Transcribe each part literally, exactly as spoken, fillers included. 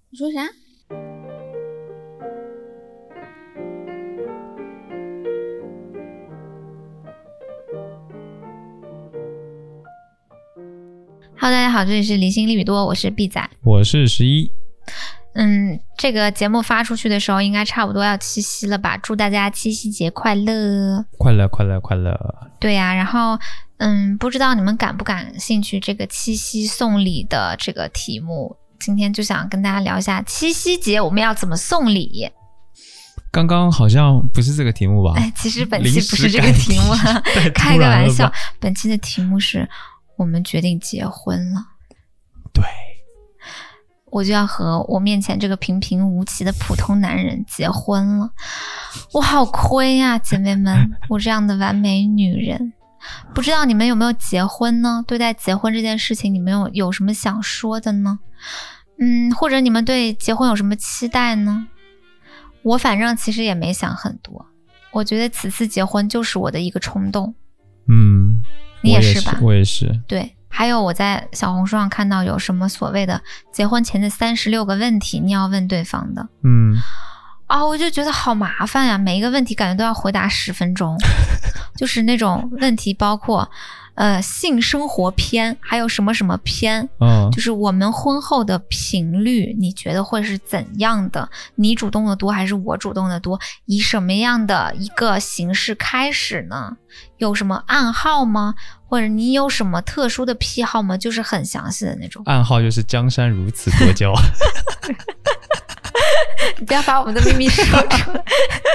你说啥？Hello， 大家好，这里是离心利比多，我是 B 仔， 我是十一。 嗯，这个节目发出去的时候，应该差不多要七夕了吧？祝大家七夕节快乐！ 快乐，快乐，快乐！ 对呀、啊，然后，嗯，不知道你们感不感兴趣这个七夕送礼的这个题目？今天就想跟大家聊一下七夕节我们要怎么送礼。 刚刚好像不是这个题目吧？ 哎，其实本期不是这个题目啊，开个玩笑。本期的题目是我们决定结婚了。 对。 我就要和我面前这个平平无奇的普通男人结婚了，我好亏啊，姐妹们，我这样的完美女人。不知道你们有没有结婚呢？对待结婚这件事情，你们有有什么想说的呢？嗯，或者你们对结婚有什么期待呢？我反正其实也没想很多，我觉得此次结婚就是我的一个冲动。 嗯， 你也是吧？ 我也是。 对。还有我在小红书上看到有什么所谓的结婚前的三十六个问题你要问对方的， 嗯， 啊、哦，我就觉得好麻烦呀，每一个问题感觉都要回答十分钟，就是那种问题包括呃性生活篇，还有什么什么篇， 嗯， 就是我们婚后的频率你觉得会是怎样的？你主动的多还是我主动的多？以什么样的一个形式开始呢？有什么暗号吗？或者你有什么特殊的癖好吗？就是很详细的那种。 暗号就是江山如此多娇。 你不要把我们的秘密说出来。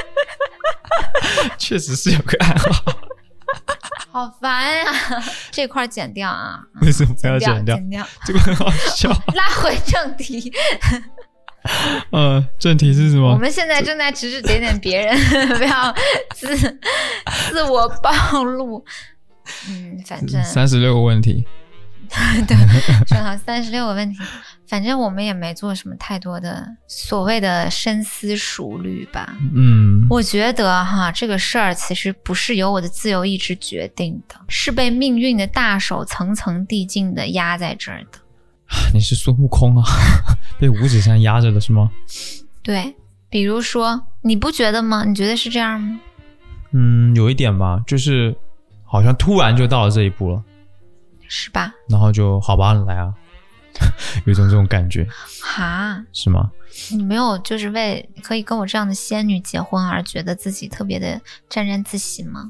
确实是有个暗号。 好烦呀、啊！这块剪掉啊！ 为什么不要剪掉？ 剪掉， 这个很好笑。 拉回正题。 呃，正题是什么？ 我们现在正在指指点点别人，不要自自我暴露。嗯，反正三十六个问题。 对，正好三十六个问题。反正我们也没做什么太多的所谓的深思熟虑吧。 嗯， 我觉得哈，这个事儿其实不是由我的自由意志决定的，是被命运的大手层层递进的压在这儿的。 你是孙悟空啊，被五指山压着的是吗？ 对，比如说，你不觉得吗？你觉得是这样吗？ 嗯，有一点吧，就是好像突然就到了这一步了， 是吧？ 然后就好吧，来啊，有一种这种感觉。 哈， 是吗？ 你没有就是为可以跟我这样的仙女结婚而觉得自己特别的沾沾自喜吗？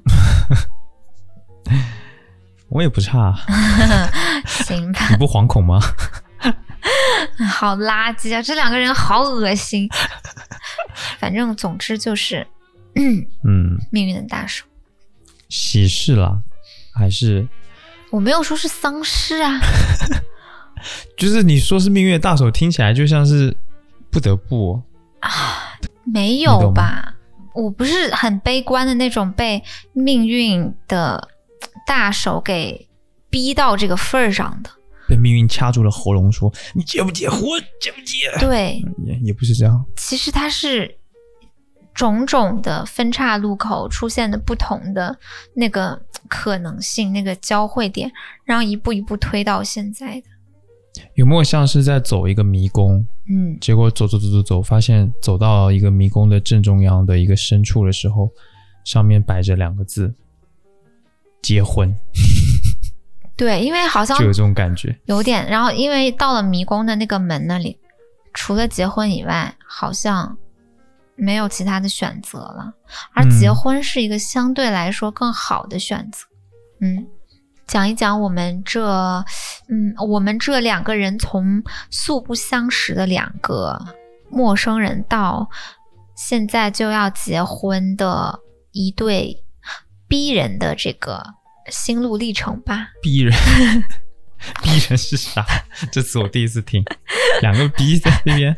我也不差。 行吧。 你不惶恐吗？ 好垃圾啊，这两个人好恶心。反正总之就是嗯嗯，命运的大手。 喜事啦，还是我没有说是丧事啊。 就是你说是命运的大手，听起来就像是不得不啊，没有吧？我不是很悲观的那种被命运的大手给逼到这个份儿上的， 被命运掐住了喉咙说你结不结婚，结不结？ 对， 也也不是这样。 其实它是种种的分岔路口出现的不同的那个可能性，那个交汇点，然后一步一步推到现在的。 有没有像是在走一个迷宫， 嗯， 结果走走走走走，发现走到一个迷宫的正中央的一个深处的时候，上面摆着两个字结婚。 对，因为好像就有这种感觉， 有点。然后因为到了迷宫的那个门那里，除了结婚以外好像没有其他的选择了，而结婚是一个相对来说更好的选择。嗯，讲一讲我们这嗯，我们这两个人从素不相识的两个陌生人到现在就要结婚的一对逼人的这个心路历程吧。 逼人逼人是啥？这次我第一次听，两个逼在那边。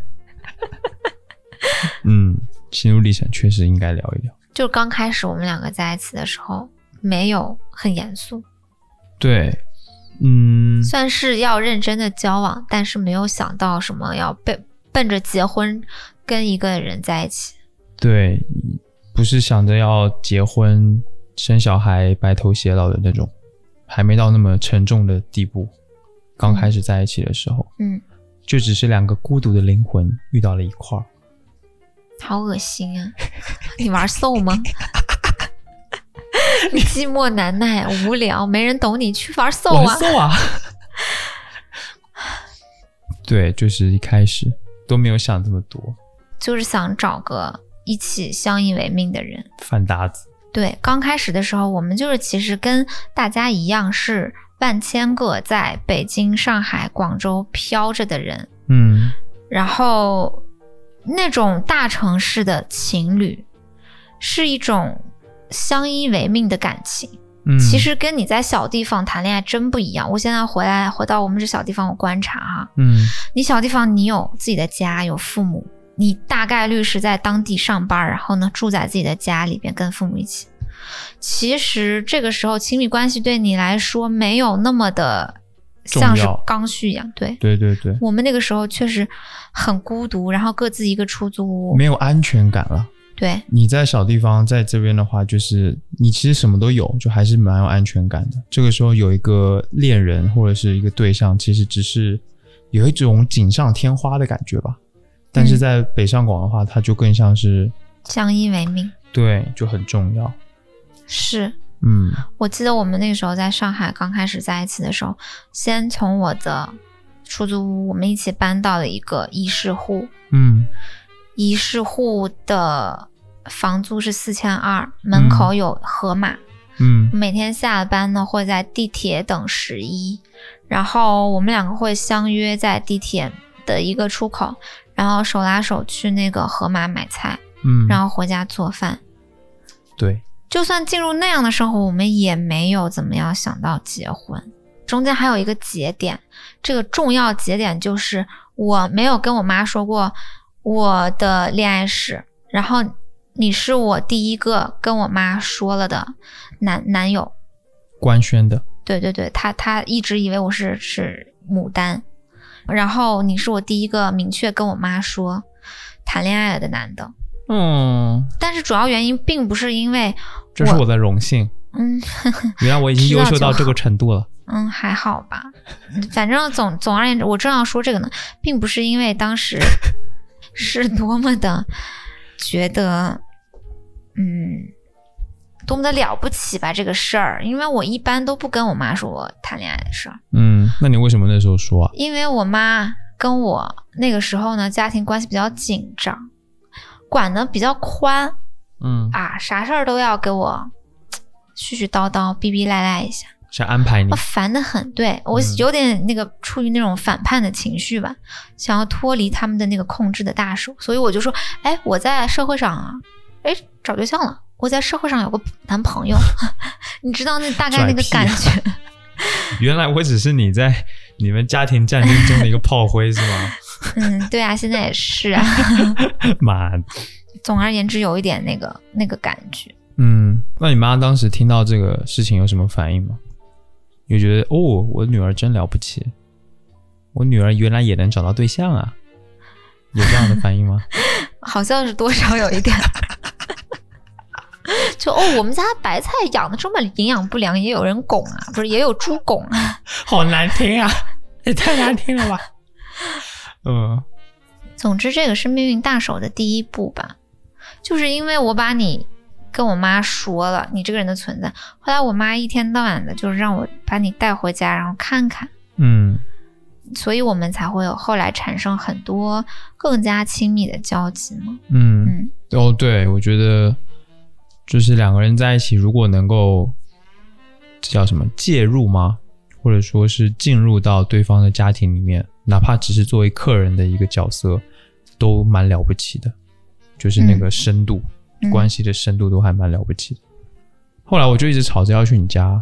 嗯，心路历程确实应该聊一聊。 就刚开始我们两个在一起的时候没有很严肃， 对，嗯， 算是要认真的交往，但是没有想到什么要被奔着结婚跟一个人在一起。 对，不是想着要结婚生小孩白头偕老的那种，还没到那么沉重的地步。刚开始在一起的时候， 嗯， 就只是两个孤独的灵魂遇到了一块儿。 好恶心啊！你玩搜吗？你寂寞难耐无聊没人懂你，去玩搜啊！ 玩搜啊！对，就是一开始都没有想这么多， 就是想找个一起相依为命的人， 饭搭子。 对，刚开始的时候我们就是其实跟大家一样是万千个在北京、上海、广州飘着的人， 嗯， 然后那种大城市的情侣是一种相依为命的感情， 嗯， 其实跟你在小地方谈恋爱真不一样。我现在回来回到我们这小地方，我观察哈， 嗯， 你小地方你有自己的家，有父母，你大概率是在当地上班，然后呢住在自己的家里边跟父母一起。其实这个时候亲密关系对你来说没有那么的像是刚需一样，对对对对， 我们那个时候确实很孤独，然后各自一个出租屋， 没有安全感了。 对， 你在小地方在这边的话，就是你其实什么都有，就还是蛮有安全感的。这个时候有一个恋人或者是一个对象，其实只是有一种锦上添花的感觉吧。但是在北上广的话，它就更像是相依为命， 对，就很重要。 是， 嗯， 我记得我们那个时候在上海刚开始在一起的时候，先从我的出租屋，我们一起搬到了一个一室户， 嗯， 一室户的房租是四千二，门口有盒马， 嗯， 每天下了班呢会在地铁等十一，然后我们两个会相约在地铁的一个出口，然后手拉手去那个盒马买菜， 嗯， 然后回家做饭。 对， 就算进入那样的生活，我们也没有怎么样想到结婚。中间还有一个节点，这个重要节点就是我没有跟我妈说过我的恋爱史，然后你是我第一个跟我妈说了的男男友， 官宣的。 对对对，他他一直以为我是是牡丹，然后你是我第一个明确跟我妈说谈恋爱了的男的。 嗯， 但是主要原因并不是因为这是我的荣幸。 嗯， 原来我已经优秀到这个程度了。 嗯，还好吧。反正总总而言之，我正要说这个呢，并不是因为当时是多么的觉得，嗯，多么的了不起吧这个事儿，因为我一般都不跟我妈说我谈恋爱的事儿。 嗯，那你为什么那时候说啊？ 因为我妈跟我那个时候呢，家庭关系比较紧张，管得比较宽， 嗯啊，啥事儿都要给我絮絮叨叨、逼逼赖赖一下， 想安排你， 我烦得很。对，我有点那个出于那种反叛的情绪吧，嗯、想要脱离他们的那个控制的大手，所以我就说，哎，我在社会上啊，哎，找对象了，我在社会上有个男朋友，你知道那大概那个感觉。 原来我只是你在你们家庭战争中的一个炮灰是吗？ 嗯，对啊，现在也是啊。 妈， 总而言之，有一点那个那个感觉。 嗯，那你妈当时听到这个事情有什么反应吗？有觉得哦，我女儿真了不起，我女儿原来也能找到对象啊，有这样的反应吗？ 好像是多少有一点。就哦，我们家白菜养的这么营养不良，也有人拱啊，不是也有猪拱啊？ 好难听啊，也太难听了吧。嗯， 总之这个是命运大手的第一步吧，就是因为我把你跟我妈说了你这个人的存在，后来我妈一天到晚的就是让我把你带回家然后看看， 嗯， 所以我们才会有后来产生很多更加亲密的交集嘛。 嗯嗯， 哦，对，我觉得就是两个人在一起，如果能够这叫什么介入吗？或者说是进入到对方的家庭里面，哪怕只是作为客人的一个角色，都蛮了不起的。就是那个深度，嗯、关系的深度都还蛮了不起的。后来我就一直吵着要去你家。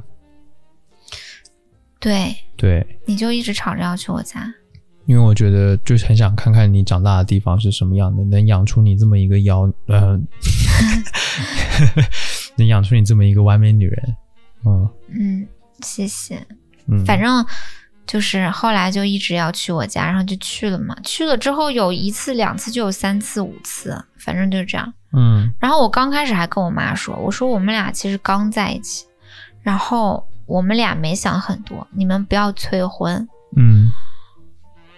对对， 你就一直吵着要去我家， 因为我觉得就是很想看看你长大的地方是什么样的，能养出你这么一个妖呃，能养出你这么一个完美女人。嗯嗯，谢谢。 嗯， 反正就是后来就一直要去我家，然后就去了嘛。去了之后有一次、两次，就有三次、五次，反正就是这样。 嗯， 然后我刚开始还跟我妈说，我说我们俩其实刚在一起，然后我们俩没想很多，你们不要催婚。 嗯。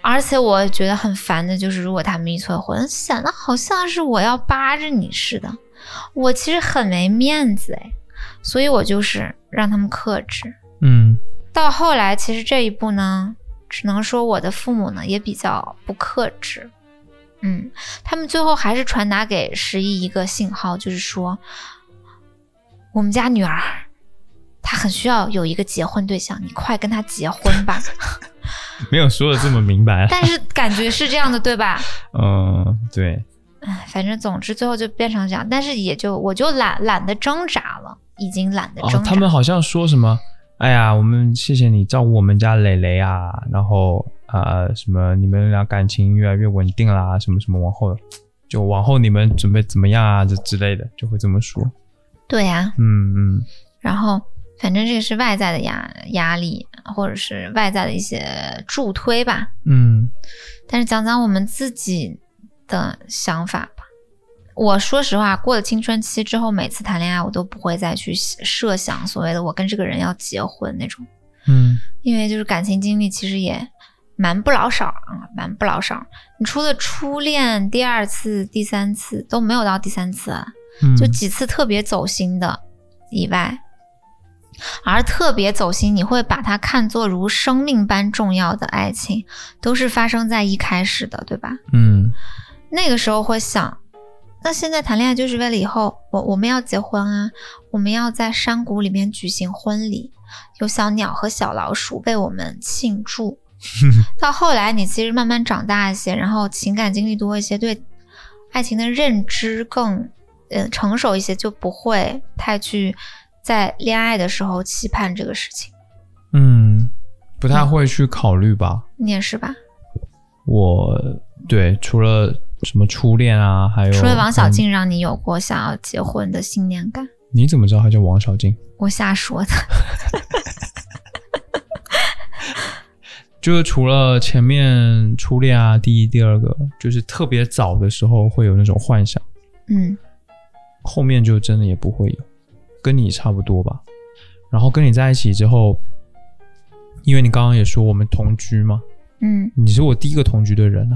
而且我觉得很烦的就是，如果他们一催婚，显得好像是我要扒着你似的，我其实很没面子哎，所以我就是让他们克制。 嗯， 到后来其实这一步呢，只能说我的父母呢也比较不克制。嗯，他们最后还是传达给十一一个信号，就是说我们家女儿她很需要有一个结婚对象，你快跟她结婚吧。 没有说的这么明白， 但是感觉是这样的，对吧？ 嗯，对。 反正总之最后就变成这样，但是也就我就懒懒得挣扎了，已经懒得挣扎了。 哦，他们好像说什么，哎呀，我们谢谢你照顾我们家蕾蕾啊，然后呃什么你们俩感情越来越稳定啦，什么什么往后就往后你们准备怎么样啊，这之类的就会这么说。 对呀、啊， 嗯嗯。 然后反正这个是外在的压压力，或者是外在的一些助推吧。 嗯， 但是讲讲我们自己的想法吧。我说实话，过了青春期之后，每次谈恋爱我都不会再去设想所谓的我跟这个人要结婚那种。 嗯， 因为就是感情经历其实也蛮不老少啊，蛮不老少。你除了初恋、第二次、第三次都没有到第三次啊， 嗯、 就几次特别走心的以外。而特别走心，你会把它看作如生命般重要的爱情，都是发生在一开始的，对吧？ 嗯， 那个时候会想，那现在谈恋爱就是为了以后我我们要结婚啊，我们要在山谷里面举行婚礼，有小鸟和小老鼠为我们庆祝。到后来你其实慢慢长大一些，然后情感经历多一些，对爱情的认知更呃成熟一些，就不会太去在恋爱的时候期盼这个事情。 嗯，不太会去考虑吧。 你也是吧？ 我对，除了什么初恋啊，还有除了王小静让你有过想要结婚的信念感。 你怎么知道她叫王小静？ 我瞎说的。 就是除了前面初恋啊，第一第二个就是特别早的时候会有那种幻想， 嗯， 后面就真的也不会有，跟你差不多吧。然后跟你在一起之后，因为你刚刚也说我们同居嘛， 嗯， 你是我第一个同居的人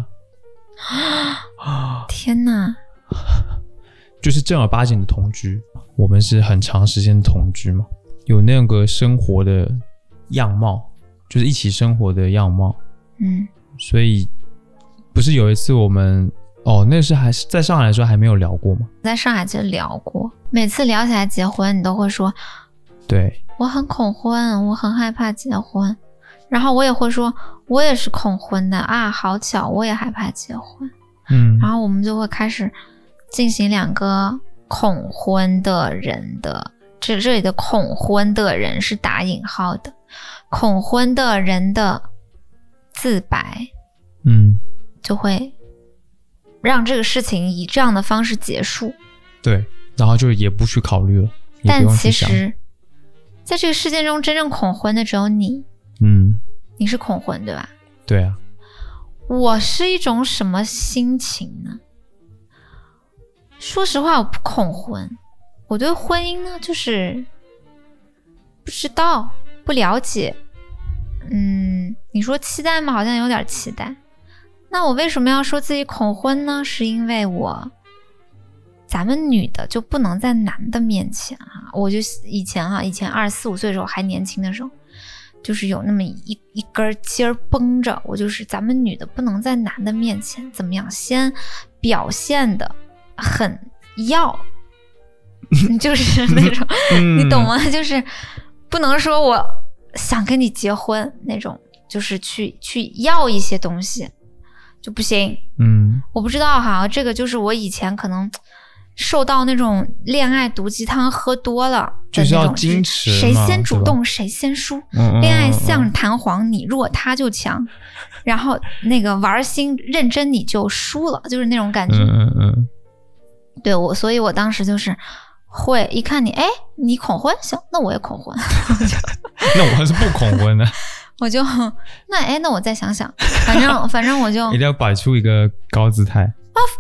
啊！天哪， 就是正儿八经的同居，我们是很长时间的同居嘛，有那个生活的样貌，就是一起生活的样貌。 嗯， 所以不是有一次我们哦，那是还是在上海的时候还没有聊过吗？ 在上海就聊过，每次聊起来结婚，你都会说， 对， 我很恐婚，我很害怕结婚。然后我也会说，我也是恐婚的啊，好巧，我也害怕结婚。 嗯， 然后我们就会开始进行两个恐婚的人的，这这里的恐婚的人是打引号的，恐婚的人的自白， 嗯， 就会让这个事情以这样的方式结束。 对，然后就也不去考虑了，也不用去想。 但其实在这个世界中真正恐婚的只有你。 嗯， 你是恐婚对吧？ 对啊。 我是一种什么心情呢？说实话，我不恐婚，我对婚姻呢就是不知道，不了解。嗯，你说期待吗？好像有点期待。那我为什么要说自己恐婚呢？是因为我咱们女的就不能在男的面前啊。我就以前啊，以前二十四五岁的时候还年轻的时候，就是有那么一一根筋儿绷着，我就是咱们女的不能在男的面前怎么样，先表现的很要，就是那种、嗯、你懂吗？就是不能说我想跟你结婚那种，就是去去要一些东西就不行。 嗯， 我不知道哈，这个就是我以前可能受到那种恋爱毒鸡汤喝多了， 就是要矜持， 谁先主动谁先输。 嗯、 恋爱像弹簧，你弱他就强，然后那个玩心认真你就输了，就是那种感觉。 嗯嗯嗯。 对我，所以我当时就是会一看你，哎，你恐婚，行，那我也恐婚。 那我还是不恐婚的。 我就那哎，那我再想想，反正反正我就一定要摆出一个高姿态。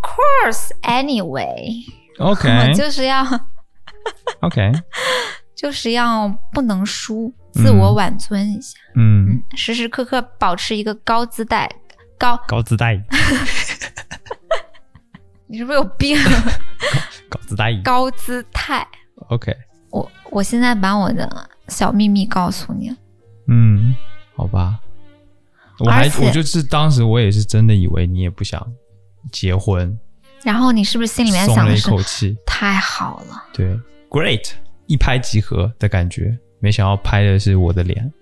Of course, anyway. OK， 我就是要 OK， 就是要不能输，自我挽尊一下。 嗯， 嗯，时时刻刻保持一个高姿态、 高高姿态你是不是有病？ 高姿态高姿态 OK 我我现在把我的小秘密告诉你。 嗯，好吧，我还我就是当时我也是真的以为你也不想结婚， 然后你是不是心里面想的是松了一口气， 太好了， 对 great 一拍即合的感觉，没想到拍的是我的脸。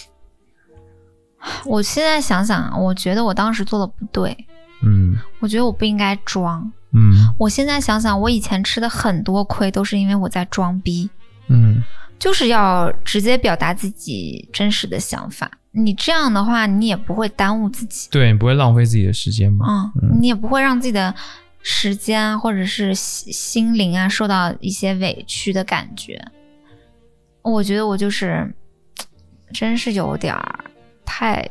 我现在想想，我觉得我当时做的不对， 嗯， 我觉得我不应该装， 嗯， 我现在想想，我以前吃的很多亏都是因为我在装逼， 嗯， 就是要直接表达自己真实的想法，你这样的话你也不会耽误自己， 对，你不会浪费自己的时间嘛， 嗯， 嗯你也不会让自己的时间或者是心灵啊受到一些委屈的感觉。我觉得我就是真是有点太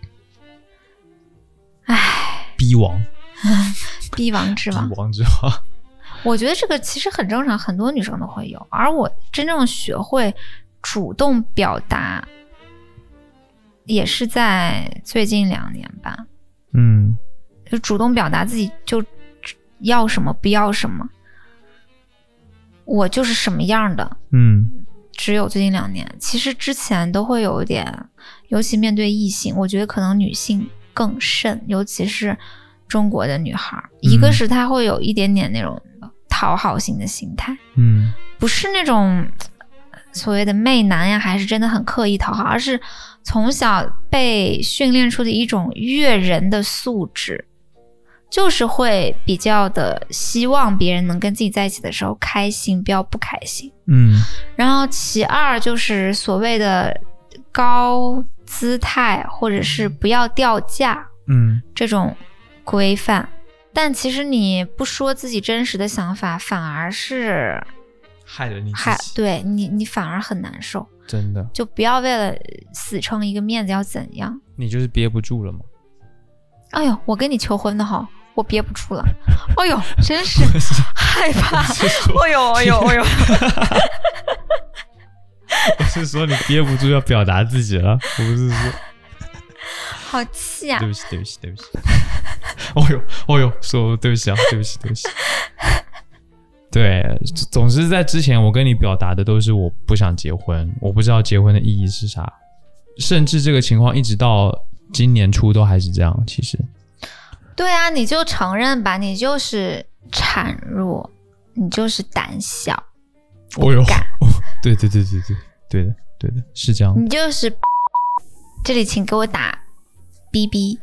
唉逼王逼王之王逼王之王我觉得这个其实很正常，很多女生都会有，而我真正学会主动表达也是在最近两年吧。 嗯， 就主动表达自己就要什么不要什么，我就是什么样的， 嗯， 只有最近两年。其实之前都会有一点，尤其面对异性，我觉得可能女性更甚，尤其是中国的女孩，嗯、一个是她会有一点点那种讨好型的心态， 嗯， 不是那种所谓的媚男呀，还是真的很刻意讨好，而是从小被训练出的一种悦人的素质，就是会比较的希望别人能跟自己在一起的时候开心，不要不开心。 嗯， 然后其二就是所谓的高姿态，或者是不要掉价， 嗯， 这种规范。但其实你不说自己真实的想法，反而是害了你自己， 害对你，你反而很难受。 真的， 就不要为了死撑一个面子要怎样？ 你就是憋不住了吗？ 哎呦，我跟你求婚的好，我憋不住了。哎呦，真是害怕。哎呦，哎呦，哎呦。 我是说你憋不住要表达自己了，我不是说。 好气啊！ 对不起，对不起，对不起。哦呦，哦呦，说对不起啊，对不起，对不起。对，总之在之前我跟你表达的都是我不想结婚，我不知道结婚的意义是啥，甚至这个情况一直到今年初都还是这样。其实， 对啊，你就承认吧，你就是孱弱，你就是胆小。 哦呦，哦，对对对对对，对的对的，是这样。 你就是，这里请给我打 B B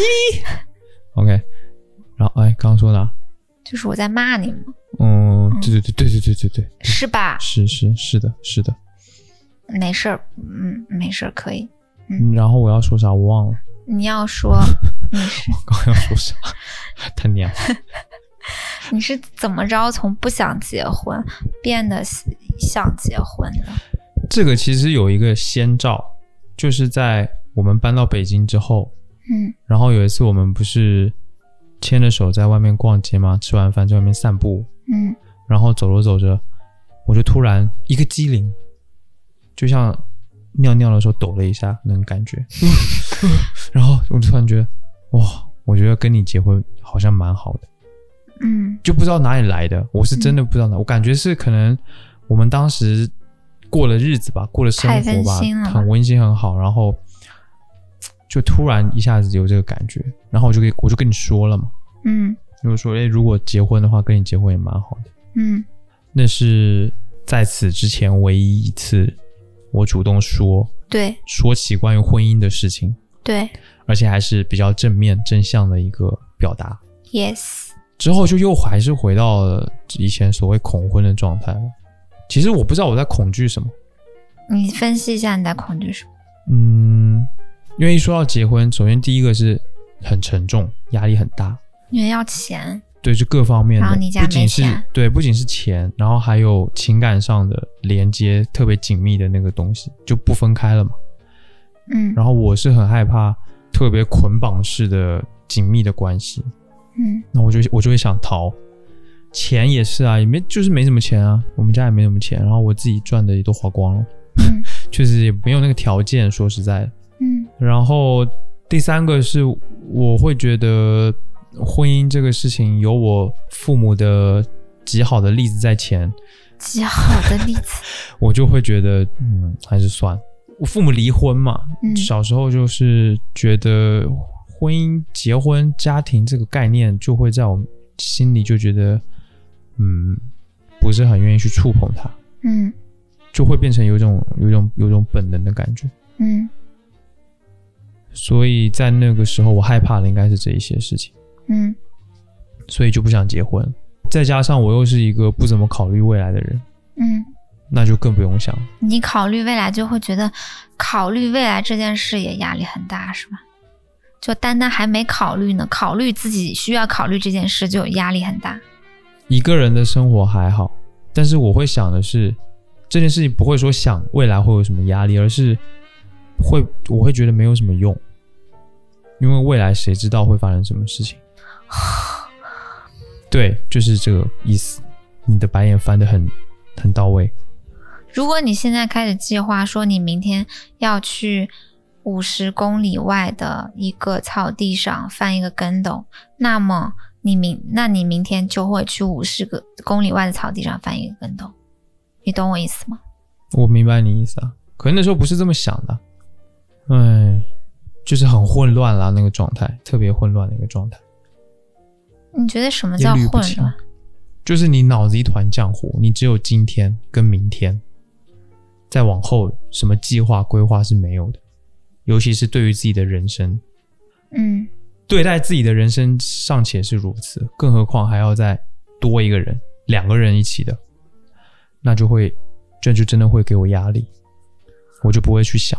B B。OK， 然后哎，刚刚说的、啊， 就是我在骂你吗？ 嗯，对对对对对对对对， 是吧？ 是是是的，是的。 没事儿，嗯，没事儿，可以。 嗯，然后我要说啥我忘了。 你要说，你是我刚要说啥？太娘了。 你是怎么着从不想结婚变得想结婚的？ 这个其实有一个先兆，就是在我们搬到北京之后， 嗯， 然后有一次我们不是牵着手在外面逛街吗？吃完饭在外面散步， 嗯， 然后走着走着，我就突然一个机灵，就像尿尿的时候抖了一下那种感觉，然后我就突然觉得，哇，我觉得跟你结婚好像蛮好的。 嗯， 就不知道哪里来的，我是真的不知道哪、嗯、我感觉是可能我们当时过了日子吧，过了生活吧，很温馨很好，然后就突然一下子有这个感觉，然后我就跟我就跟你说了嘛， 嗯， 就说哎，如果结婚的话，跟你结婚也蛮好的， 嗯， 那是在此之前唯一一次我主动说， 对， 说起关于婚姻的事情， 对， 而且还是比较正面正向的一个表达 ，yes。 之后就又还是回到了以前所谓恐婚的状态了。其实我不知道我在恐惧什么。 你分析一下你在恐惧什么？ 嗯，因为一说到结婚，首先第一个是很沉重，压力很大， 因为要钱。 对，就各方面的， 然后你家没钱， 不仅是对，不仅是钱，然后还有情感上的连接特别紧密的那个东西就不分开了嘛。 嗯， 然后我是很害怕特别捆绑式的紧密的关系。 嗯， 那我就我就会想逃，钱也是啊，也没就是没什么钱啊，我们家也没什么钱，然后我自己赚的也都花光了， 嗯， 确实也没有那个条件，说实在的， 嗯， 然后第三个是我会觉得婚姻这个事情有我父母的极好的例子在前， 极好的例子我就会觉得嗯还是算。我父母离婚嘛、嗯、小时候就是觉得婚姻结婚家庭这个概念就会在我心里就觉得嗯不是很愿意去触碰它， 嗯， 就会变成有一种有一种有一种本能的感觉， 嗯， 所以在那个时候我害怕的应该是这一些事情， 嗯， 所以就不想结婚。再加上我又是一个不怎么考虑未来的人， 嗯， 那就更不用想。 你考虑未来就会觉得考虑未来这件事也压力很大是吧？就单单还没考虑呢，考虑自己需要考虑这件事就压力很大。 一个人的生活还好，但是我会想的是这件事情不会说想未来会有什么压力，而是会我会觉得没有什么用，因为未来谁知道会发生什么事情。对，就是这个意思。你的白眼翻得很很到位。 如果你现在开始计划说你明天要去五十公里外的一个草地上翻一个跟斗，那么你明那你明天就会去五十个公里外的草地上翻一个跟斗。你懂我意思吗？ 我明白你意思啊，可能那时候不是这么想的。哎，就是很混乱啦，那个状态特别混乱的一个状态。 你觉得什么叫混乱？ 就是你脑子一团浆糊，你只有今天跟明天，再往后什么计划规划是没有的，尤其是对于自己的人生。 嗯， 对待自己的人生尚且是如此，更何况还要再多一个人，两个人一起的，那就会这就真的会给我压力，我就不会去想。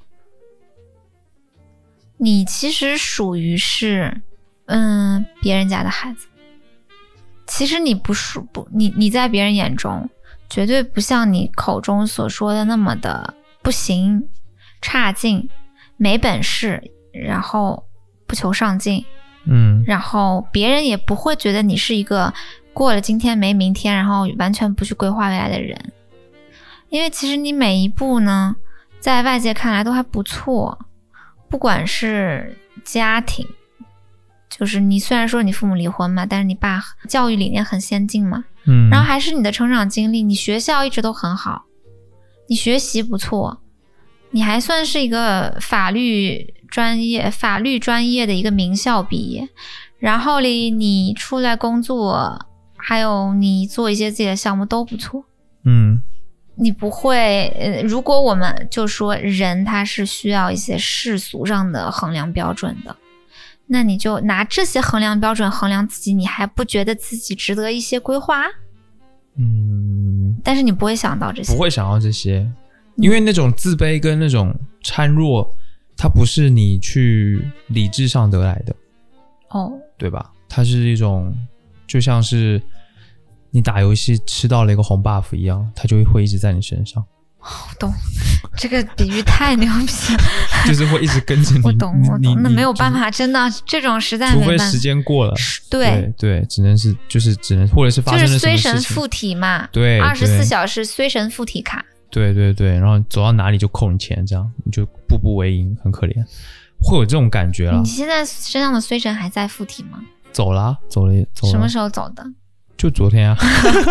你其实属于是嗯别人家的孩子，其实你不属不你你在别人眼中绝对不像你口中所说的那么的不行、差劲、没本事，然后不求上进， 嗯， 然后别人也不会觉得你是一个过了今天没明天，然后完全不去规划未来的人。因为其实你每一步呢，在外界看来都还不错，不管是家庭，就是你虽然说你父母离婚嘛，但是你爸教育理念很先进嘛， 嗯， 然后还是你的成长经历，你学校一直都很好，你学习不错，你还算是一个法律专业法律专业的一个名校毕业，然后里你出来工作，还有你做一些自己的项目都不错， 嗯， 你不会呃，如果我们就说人他是需要一些世俗上的衡量标准的，那你就拿这些衡量标准衡量自己，你还不觉得自己值得一些规划？ 嗯， 但是你不会想到这些， 不会想到这些，因为那种自卑跟那种孱弱，它不是你去理智上得来的， 哦， 对吧？它是一种就像是你打游戏吃到了一个红 buff 一样，它就会一直在你身上。 我懂，这个比喻太牛逼了， 就是会一直跟着你。 我懂，我懂，那没有办法，真的这种实在没办法， 除非时间过了， 对对, 对，只能是就是只能或者是发生了什么事情， 就是随神附体嘛， 对， 二十四小时随神附体卡， 对对对，然后走到哪里就扣你钱，这样你就步步为营，很可怜，会有这种感觉啦。 你现在身上的随神还在附体吗？ 走了，走了，走了。 什么时候走的？ 就昨天啊。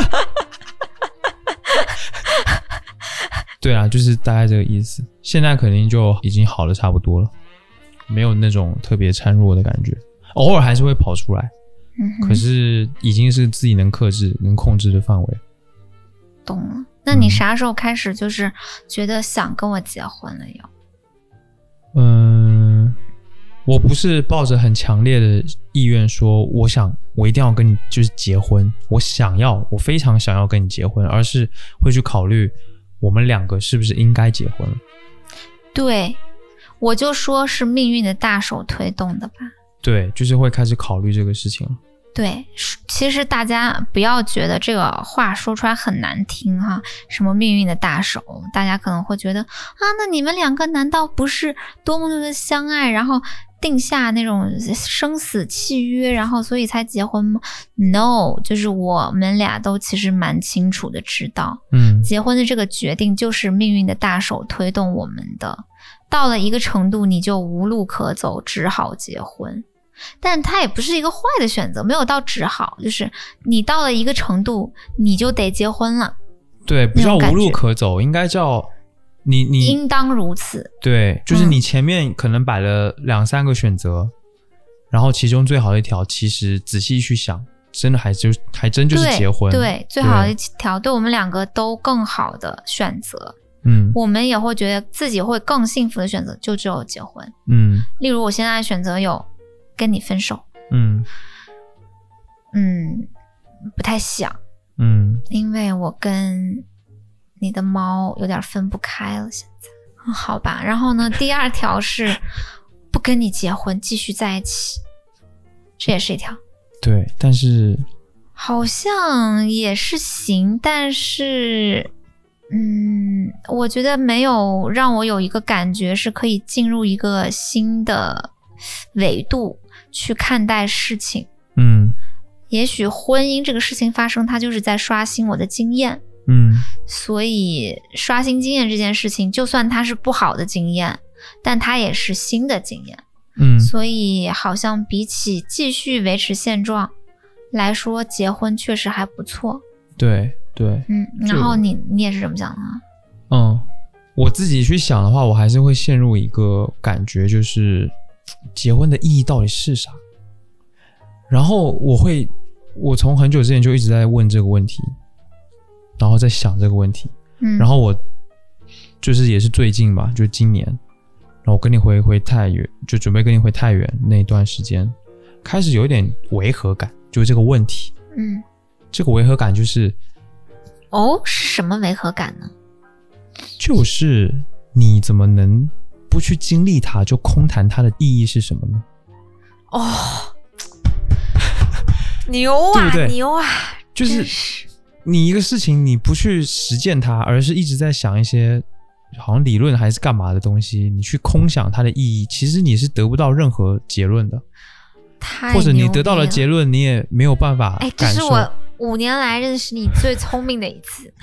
对啊，就是大概这个意思。现在肯定就已经好的差不多了，没有那种特别孱弱的感觉，偶尔还是会跑出来， 嗯， 可是已经是自己能克制、能控制的范围。 懂了。那你啥时候开始就是觉得想跟我结婚了又？ 嗯，我不是抱着很强烈的意愿说，我想我一定要跟你就是结婚，我想要，我非常想要跟你结婚，而是会去考虑。我们两个是不是应该结婚了？对， 我就说是命运的大手推动的吧。 对，就是会开始考虑这个事情了。 对，其实大家不要觉得这个话说出来很难听哈，什么命运的大手，大家可能会觉得啊，那你们两个难道不是多么的相爱，然后定下那种生死契约，然后所以才结婚吗？ No， 就是我们俩都其实蛮清楚的知道， 嗯， 结婚的这个决定就是命运的大手推动我们的， 到了一个程度你就无路可走，只好结婚。但它也不是一个坏的选择，没有到只好，就是你到了一个程度你就得结婚了。 对，不叫无路可走，应该叫你你应当如此。 对，就是你前面可能摆了两三个选择、嗯、然后其中最好的一条其实仔细去想真的还就还真就是结婚。 对, 对最好的一条对我们两个都更好的选择， 嗯， 我们也会觉得自己会更幸福的选择就只有结婚。 嗯， 例如我现在选择有跟你分手， 嗯嗯，不太想， 嗯， 因为我跟你的猫有点分不开了现在、嗯、好吧。然后呢第二条是不跟你结婚继续在一起，这也是一条。 对，但是好像也是行，但是嗯，我觉得没有让我有一个感觉是可以进入一个新的维度去看待事情。 嗯， 也许婚姻这个事情发生它就是在刷新我的经验， 嗯， 所以刷新经验这件事情就算它是不好的经验，但它也是新的经验。 嗯， 所以好像比起继续维持现状来说，结婚确实还不错。 对对， 嗯，然后你你也是这么想的吗？ 嗯，我自己去想的话，我还是会陷入一个感觉，就是结婚的意义到底是啥？然后我会，我从很久之前就一直在问这个问题，然后在想这个问题。 嗯， 然后我就是也是最近吧，就今年，然后我跟你回回太原，就准备跟你回太原那一段时间，开始有一点违和感，就是这个问题。 嗯， 这个违和感就是哦，是什么违和感呢？ 就是你怎么能不去经历它，就空谈它的意义是什么呢？ 哦，牛啊， 对不对？ 牛啊！ 就是你一个事情你不去实践它，而是一直在想一些好像理论还是干嘛的东西，你去空想它的意义，其实你是得不到任何结论的。 太或者你得到了结论，你也没有办法感受。哎， 这是我五年来认识你最聪明的一次。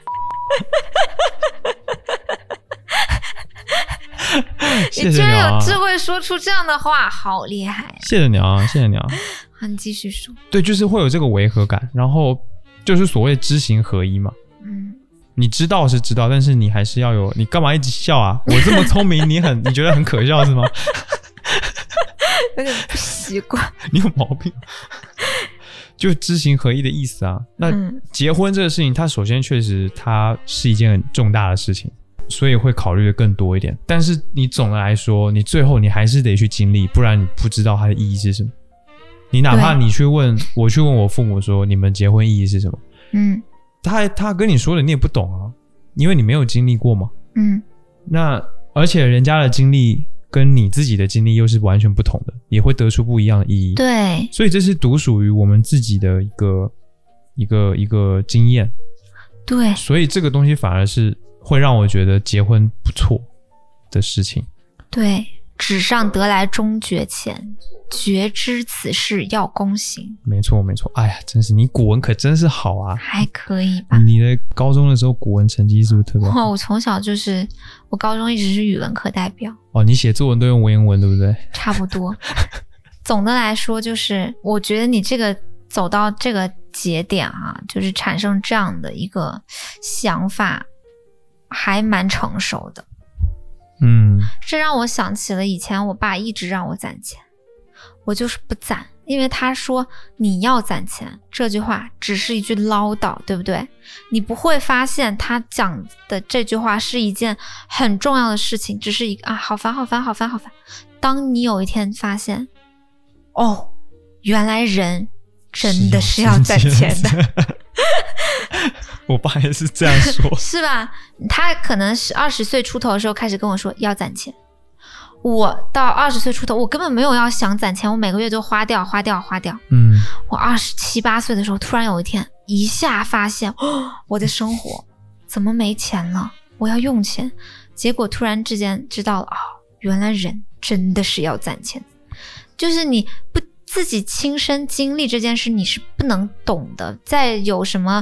谢谢你啊！ 你居然有智慧说出这样的话，好厉害啊！ 谢谢你啊，谢谢你啊！ 好，你继续说。 对，就是会有这个违和感，然后就是所谓知行合一嘛。 嗯， 你知道是知道，但是你还是要有，你干嘛一直笑啊？我这么聪明，你很你觉得很可笑是吗？ 有点不习惯。 你有毛病。就知行合一的意思啊。那结婚这个事情，它首先确实它是一件很重大的事情，所以会考虑的更多一点。但是你总的来说，你最后你还是得去经历，不然你不知道它的意义是什么。你哪怕你去问我去问我父母说你们结婚意义是什么， 嗯， 他他跟你说的你也不懂啊，因为你没有经历过嘛。 嗯， 那而且人家的经历跟你自己的经历又是完全不同的，也会得出不一样的意义。 对， 所以这是独属于我们自己的一个一个一个经验。 对， 所以这个东西反而是会让我觉得结婚不错的事情。 对，纸上得来终觉浅，觉知此事要躬行。 没错没错。哎呀，真是你古文可真是好啊。 还可以吧。 你的高中的时候古文成绩是不是特别好？ 哦，我从小就是我高中一直是语文课代表。 哦，你写作文都用文言文对不对？ 差不多。总的来说就是我觉得你这个走到这个节点啊，就是产生这样的一个想法还蛮成熟的。 嗯， 这让我想起了以前我爸一直让我攒钱，我就是不攒，因为他说你要攒钱这句话只是一句唠叨，对不对？你不会发现他讲的这句话是一件很重要的事情，只是一个啊好烦好烦好烦好烦。当你有一天发现哦，原来人真的是要攒钱的。 我爸也是这样说。 是吧？他可能是二十岁出头的时候开始跟我说要攒钱，我到二十岁出头我根本没有要想攒钱，我每个月就花掉花掉花掉。 嗯， 我二十七八岁的时候突然有一天一下发现、哦、我的生活怎么没钱了，我要用钱，结果突然之间知道了、哦、原来人真的是要攒钱。就是你不自己亲身经历这件事你是不能懂的，在有什么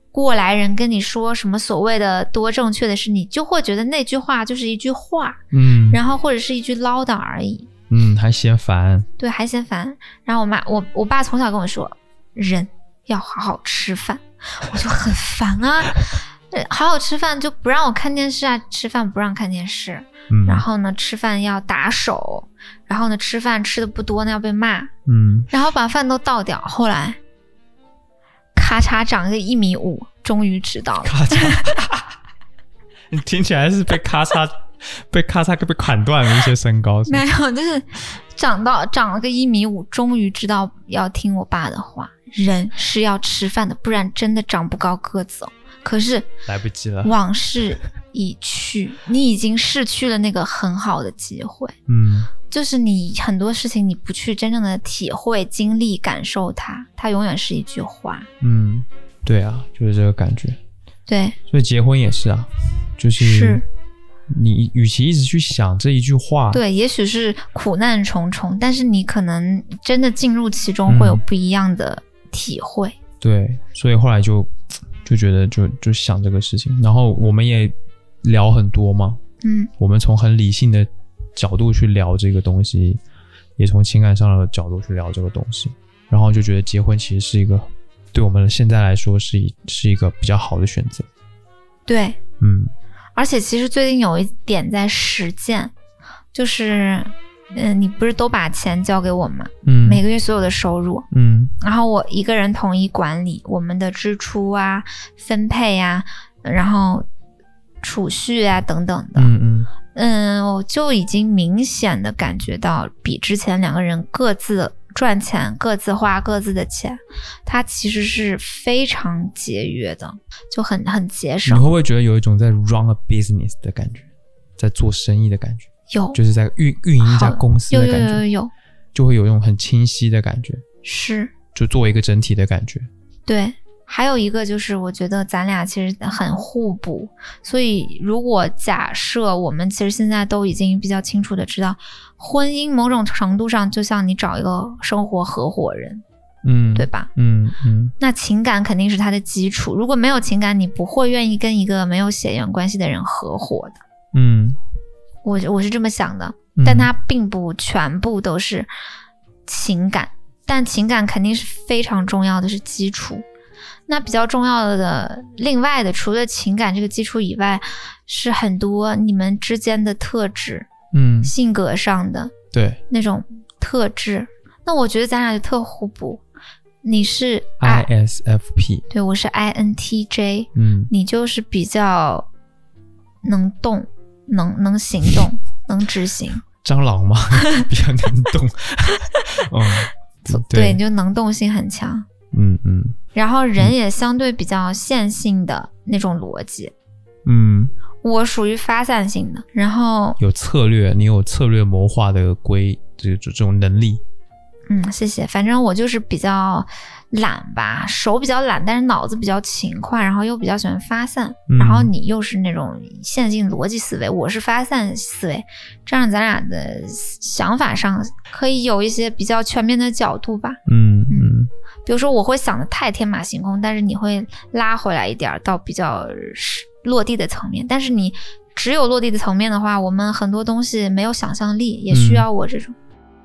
过来人跟你说什么所谓的多正确的事，你就会觉得那句话就是一句话， 嗯， 然后或者是一句唠叨而已， 嗯，还嫌烦， 对，还嫌烦。然后我妈我我爸从小跟我说，人要好好吃饭，我就很烦啊，好好吃饭就不让我看电视啊，吃饭不让看电视， 嗯， 然后呢吃饭要打手，然后呢吃饭吃的不多呢要被骂， 嗯， 然后把饭都倒掉，后来咔嚓长个一米五，终于知道了。 咔嚓，你听起来是被咔嚓被咔嚓被砍断了一些身高是吗？ 没有，就是长到长了个一米五，终于知道要听我爸的话，人是要吃饭的，不然真的长不高个子哦。可是来不及了， 往事已去，你已经失去了那个很好的机会。 嗯， 就是你很多事情你不去真正的体会、经历、感受它，它永远是一句话。 嗯，对啊，就是这个感觉。 对， 所以结婚也是啊，就是是你与其一直去想这一句话， 对，也许是苦难重重，但是你可能真的进入其中会有不一样的体会。 嗯、对，所以后来就就觉得就就想这个事情，然后我们也聊很多嘛， 嗯， 我们从很理性的角度去聊这个东西，也从情感上的角度去聊这个东西，然后就觉得结婚其实是一个对我们现在来说是一是一个比较好的选择。 对， 嗯， 而且其实最近有一点在实践，就是嗯、呃，你不是都把钱交给我吗？ 嗯， 每个月所有的收入， 嗯， 然后我一个人统一管理我们的支出啊、分配啊，然后储蓄啊等等的。 嗯嗯嗯，我就已经明显的感觉到，比之前两个人各自赚钱、各自花各自的钱，它其实是非常节约的，就很很节省。 你会不会觉得有一种在 run a business 的感觉，在做生意的感觉？ 有， 就是在运运营一家公司的感觉， 有有有有， 就会有一种很清晰的感觉， 是， 就作为一个整体的感觉。 对。还有一个就是我觉得咱俩其实很互补，所以如果假设我们其实现在都已经比较清楚的知道，婚姻某种程度上就像你找一个生活合伙人， 嗯， 对吧？ 嗯嗯， 那情感肯定是它的基础，如果没有情感，你不会愿意跟一个没有血缘关系的人合伙的。 嗯， 我我是这么想的， 嗯， 但它并不全部都是情感，但情感肯定是非常重要的，是基础。那比较重要的另外的除了情感这个基础以外，是很多你们之间的特质， 嗯， 性格上的对那种特质。那我觉得咱俩就特互补，你是 I S F P， 对，我是 I N T J， 嗯， 你就是比较能动，能能行动，能执行。 蟑螂嘛，比较能动，嗯， 对，对，你就能动性很强。 嗯嗯， 然后人也相对比较线性的那种逻辑， 嗯， 我属于发散性的，然后有策略，你有策略谋划的规这这种能力。 嗯，谢谢。反正我就是比较懒吧，手比较懒，但是脑子比较勤快，然后又比较喜欢发散。 嗯、 然后你又是那种线性逻辑思维，我是发散思维，这样咱俩的想法上可以有一些比较全面的角度吧。 嗯嗯， 比如说我会想的太天马行空，但是你会拉回来一点到比较落地的层面。但是你只有落地的层面的话，我们很多东西没有想象力，也需要我这种。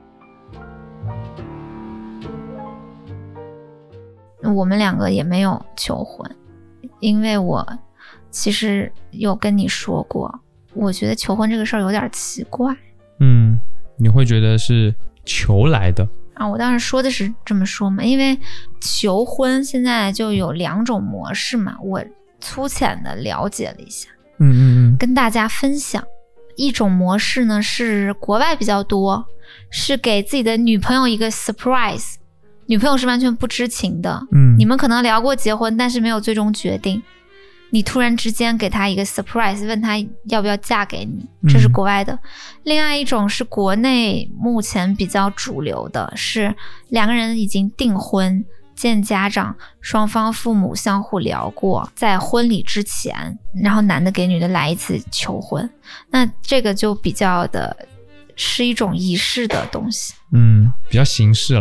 嗯、我们两个也没有求婚，因为我其实有跟你说过，我觉得求婚这个事儿有点奇怪。 嗯，你会觉得是求来的啊？我当时说的是这么说嘛，因为求婚现在就有两种模式嘛，我粗浅的了解了一下， 嗯嗯嗯， 跟大家分享。一种模式呢是国外比较多，是给自己的女朋友一个 surprise， 女朋友是完全不知情的， 嗯， 你们可能聊过结婚，但是没有最终决定，你突然之间给她一个 surprise， 问她要不要嫁给你，这是国外的。嗯、另外一种是国内目前比较主流的，是两个人已经订婚见家长，双方父母相互聊过，在婚礼之前，然后男的给女的来一次求婚，那这个就比较的是一种仪式的东西， 嗯，比较形式了。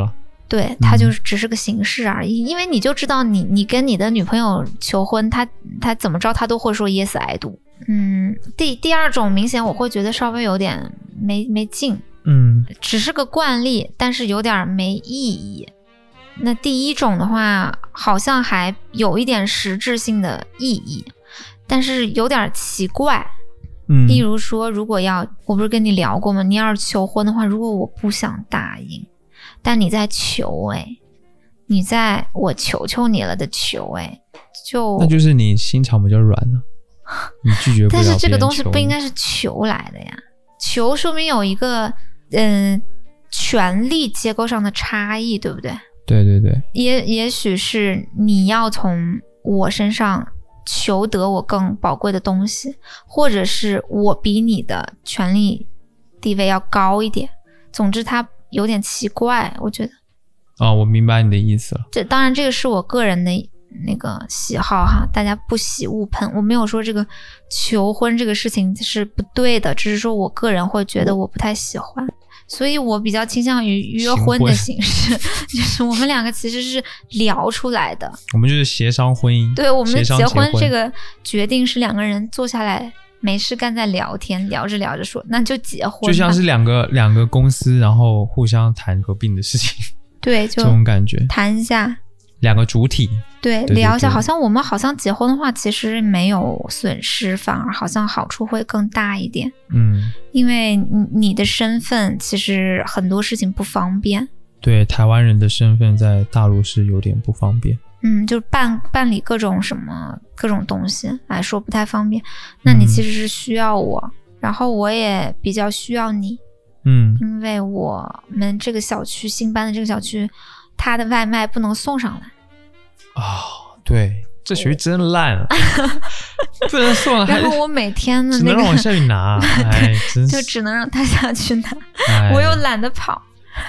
对，它就是只是个形式而已，嗯、因为你就知道你你跟你的女朋友求婚，他他怎么着他都会说 yes I do。嗯，第第二种明显我会觉得稍微有点没没劲， 嗯， 只是个惯例，但是有点没意义。那第一种的话，好像还有一点实质性的意义，但是有点奇怪。 嗯， 例如说，如果要，我不是跟你聊过吗？你要是求婚的话，如果我不想答应，但你在求，哎，你在我求求你了的求，哎，就那就是你心肠比较软了，你拒绝不了别人求。 但是这个东西不应该是求来的呀，求说明有一个嗯、呃、权力结构上的差异，对不对？ 对对对， 也也许是你要从我身上求得我更宝贵的东西，或者是我比你的权力地位要高一点。总之它有点奇怪，我觉得。 哦，我明白你的意思了。 这当然这个是我个人的那个喜好哈，大家不喜勿喷。我没有说这个求婚这个事情是不对的，只是说我个人会觉得我不太喜欢。所以我比较倾向于约婚的形式，就是我们两个其实是聊出来的， 我们就是协商婚姻。 对，我们的结婚这个决定是两个人坐下来没事干在聊天，聊着聊着说那就结婚吧， 就像是两个两个公司然后互相谈合并的事情。 对，就这种感觉， 谈一下两个主体， 对， 对对对， 聊一下，好像我们好像结婚的话其实没有损失，反而好像好处会更大一点。 嗯， 因为你的身份其实很多事情不方便。 对，台湾人的身份在大陆是有点不方便。 嗯，就是办办理各种什么各种东西来说不太方便。那你其实是需要我，嗯、然后我也比较需要你。 嗯， 因为我们这个小区新搬的这个小区，它的外卖不能送上来。 哦，对，这学期真烂啊，不能送了。 然后我每天的那个只能让我下去拿，哎，真是就只能让他下去拿， 哎、 我又懒得跑。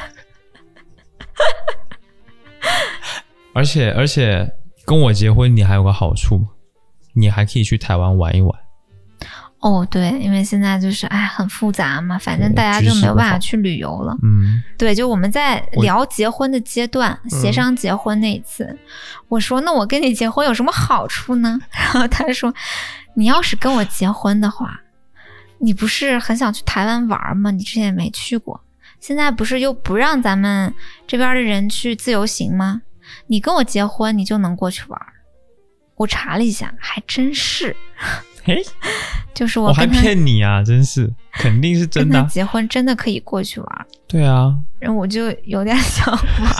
而且而且跟我结婚，你还有个好处，你还可以去台湾玩一玩。 哦，对，因为现在就是哎很复杂嘛，反正大家就没有办法去旅游了。 嗯， 对，就我们在聊结婚的阶段，协商结婚那一次，嗯、我说那我跟你结婚有什么好处呢？然后他说，你要是跟我结婚的话，你不是很想去台湾玩吗？你之前也没去过，现在不是又不让咱们这边的人去自由行吗？你跟我结婚，你就能过去玩。我查了一下，还真是。 嘿， 就是我我还骗你啊，真是，肯定是真的、啊。 跟他结婚真的可以过去玩。 对啊， 然后我就有点想玩，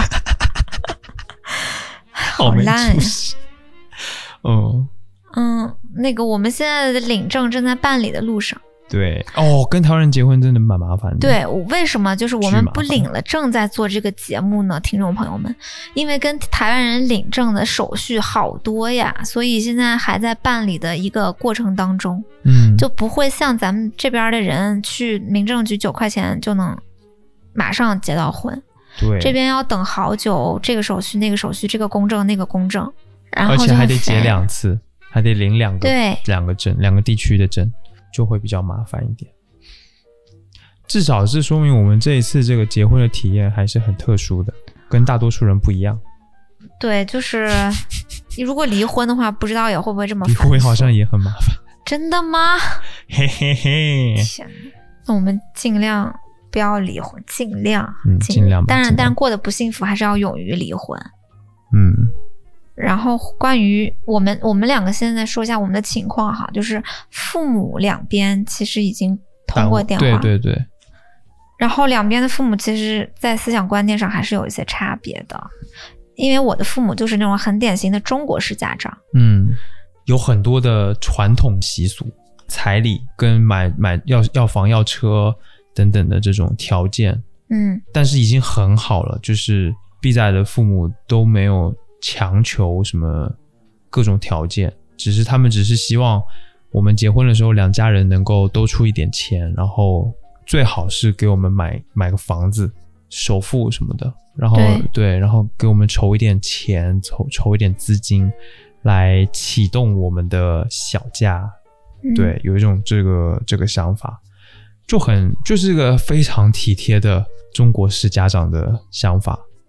好烂呀！ 哦， 嗯，那个我们现在的领证正在办理的路上。 对哦，跟台湾人结婚真的蛮麻烦的。 对，为什么就是我们不领了证再做这个节目呢？听众朋友们，因为跟台湾人领证的手续好多呀，所以现在还在办理的一个过程当中。 嗯， 就不会像咱们这边的人去民政局九块钱就能马上结到婚。 对， 这边要等好久，这个手续那个手续，这个公证那个公证，然后而且还得结两次，还得领两个对两个证，两个地区的证。就会比较麻烦一点，至少是说明我们这一次这个结婚的体验还是很特殊的，跟大多数人不一样。 对，就是如果离婚的话，不知道也会不会这么离婚好像也很麻烦。 真的吗？ 嘿嘿嘿！ 天哪，那我们尽量不要离婚，尽量， 嗯，尽量吧。 当然，但是过得不幸福，还是要勇于离婚。 嗯。 然后关于我们我们两个现在说一下我们的情况哈，就是父母两边其实已经通过电话， 对对对。 然后两边的父母其实在思想观念上还是有一些差别的，因为我的父母就是那种很典型的中国式家长， 嗯，有很多的传统习俗，彩礼跟买买要要房要车等等的这种条件， 嗯， 但是已经很好了，就是毕仔的父母都没有强求什么各种条件，只是他们只是希望我们结婚的时候两家人能够都出一点钱，然后最好是给我们买买个房子首付什么的，然后 对, 对然后给我们筹一点钱，筹筹一点资金来启动我们的小家、嗯、对，有一种这个这个想法，就很就是个非常体贴的中国式家长的想法。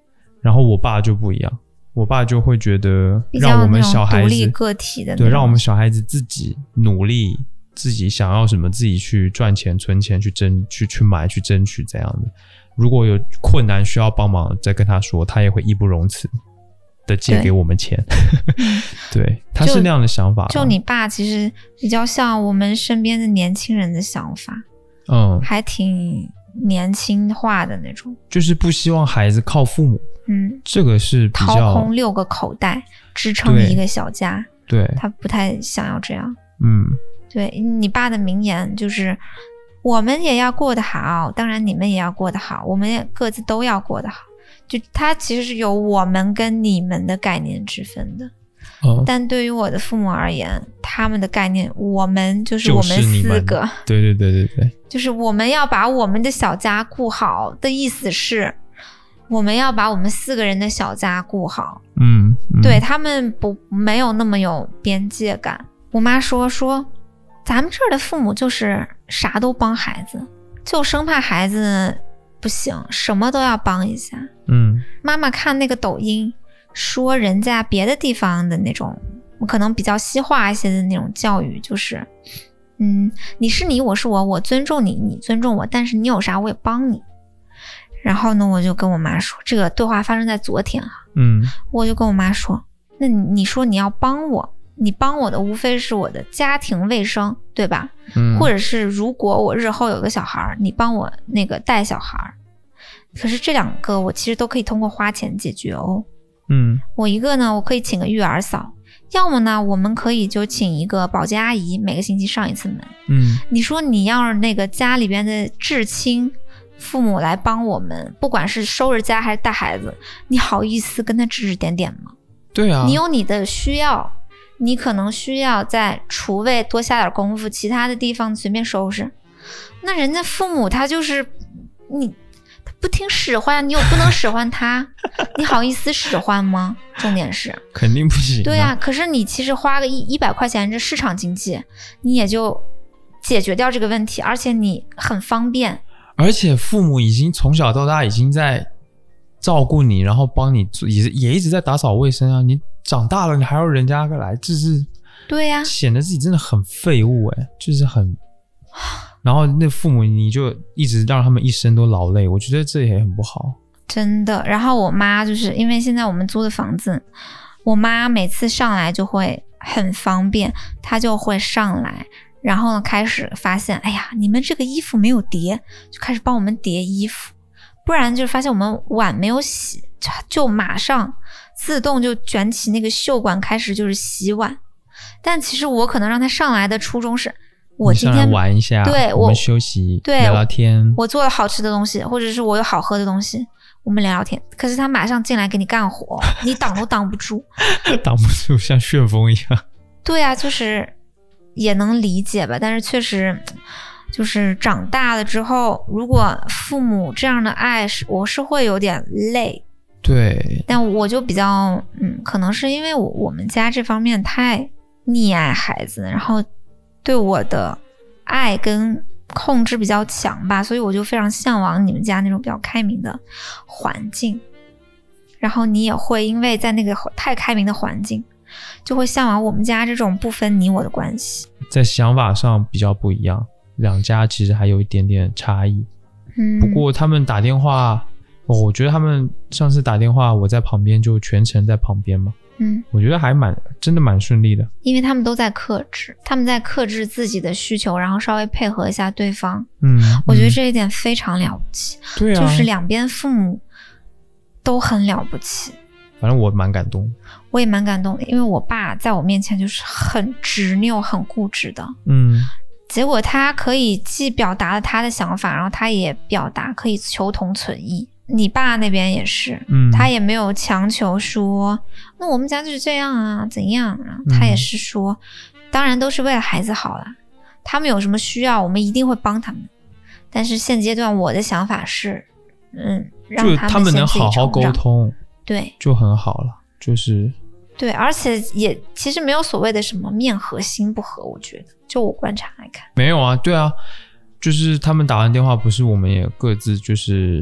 然后我爸就不一样，我爸就会觉得让我们小孩子独立个体的， 对，让我们小孩子自己努力，自己想要什么自己去赚钱存钱去争去去买去争取这样的。如果有困难需要帮忙再跟他说，他也会义不容辞的借给我们钱。对, 对，他是那样的想法。 就你爸其实比较像我们身边的年轻人的想法， 嗯， 还挺年轻化的那种， 就是不希望孩子靠父母。 嗯， 这个是比较掏空六个口袋支撑一个小家。 对， 他不太想要这样。 嗯， 对，你爸的名言就是我们也要过得好，当然你们也要过得好，我们也各自都要过得好。就他其实是有我们跟你们的概念之分的。哦，但对于我的父母而言，他们的概念我们就是我们四个， 就是，对对对对对， 就是我们要把我们的小家顾好的意思是我们要把我们四个人的小家顾好。 嗯, 嗯对，他们不没有那么有边界感。我妈说说咱们这儿的父母就是啥都帮孩子，就生怕孩子不行，什么都要帮一下。 嗯， 妈妈看那个抖音说人家别的地方的那种可能比较西化一些的那种教育，就是嗯，你是你我是我，我尊重你你尊重我，但是你有啥我也帮你。然后呢我就跟我妈说，这个对话发生在昨天啊， 嗯， 我就跟我妈说，那你说你要帮我，你帮我的无非是我的家庭卫生，对吧？ 嗯， 或者是如果我日后有个小孩，你帮我那个带小孩。可是这两个我其实都可以通过花钱解决哦。 嗯， 我一个呢，我可以请个育儿嫂，要么呢，我们可以就请一个保洁阿姨，每个星期上一次门。 嗯， 你说你要是那个家里边的至亲父母来帮我们，不管是收拾家还是带孩子，你好意思跟他指指点点吗？ 对啊， 你有你的需要，你可能需要在厨卫多下点功夫，其他的地方随便收拾。那人家父母他就是你他不听使唤，你又不能使唤他，你好意思使唤吗？重点是肯定不行、啊。 对啊，可是你其实花个一一百块钱，这市场经济你也就解决掉这个问题，而且你很方便。 而且父母已经从小到大已经在照顾你，然后帮你做，也也一直在打扫卫生啊。你长大了，你还要人家来，就是对呀、啊， 显得自己真的很废物哎、欸，就是很。然后那父母你就一直让他们一生都劳累，我觉得这也很不好。 真的。然后我妈就是因为现在我们租的房子，我妈每次上来就会很方便，她就会上来。然后呢，开始发现，哎呀，你们这个衣服没有叠，就开始帮我们叠衣服。不然就是发现我们碗没有洗，就马上自动就卷起那个袖管开始就是洗碗。但其实我可能让他上来的初衷是，我今天玩一下， 对， 我们休息， 对， 聊聊天， 我做了好吃的东西，或者是我有好喝的东西，我们聊聊天。可是他马上进来给你干活，你挡都挡不住， 挡不住，像旋风一样。 对啊，就是也能理解吧，但是确实就是长大了之后，如果父母这样的爱是我是会有点累。 对， 但我就比较嗯，可能是因为我我们家这方面太溺爱孩子，然后对我的爱跟控制比较强吧，所以我就非常向往你们家那种比较开明的环境。然后你也会因为在那个太开明的环境，就会向往我们家这种不分你我的关系。 在想法上比较不一样，两家其实还有一点点差异。 嗯， 不过他们打电话，哦，我觉得他们上次打电话，我在旁边就全程在旁边嘛。 嗯， 我觉得还蛮真的蛮顺利的， 因为他们都在克制，他们在克制自己的需求，然后稍微配合一下对方。 嗯， 我觉得这一点非常了不起。 对啊， 就是两边父母都很了不起。 反正我蛮感动， 我也蛮感动的，因为我爸在我面前就是很执拗、很固执的。 嗯， 结果他可以既表达了他的想法，然后他也表达可以求同存异。你爸那边也是， 嗯， 他也没有强求说那我们家就是这样啊怎样啊，他也是说、嗯、当然都是为了孩子好啦，他们有什么需要我们一定会帮他们。但是现阶段我的想法是嗯，让他们就他们能好好沟通， 对， 就很好了，就是对，而且也其实没有所谓的什么面和心不和，我觉得就我观察来看没有啊。对啊，就是他们打完电话不是我们也各自就是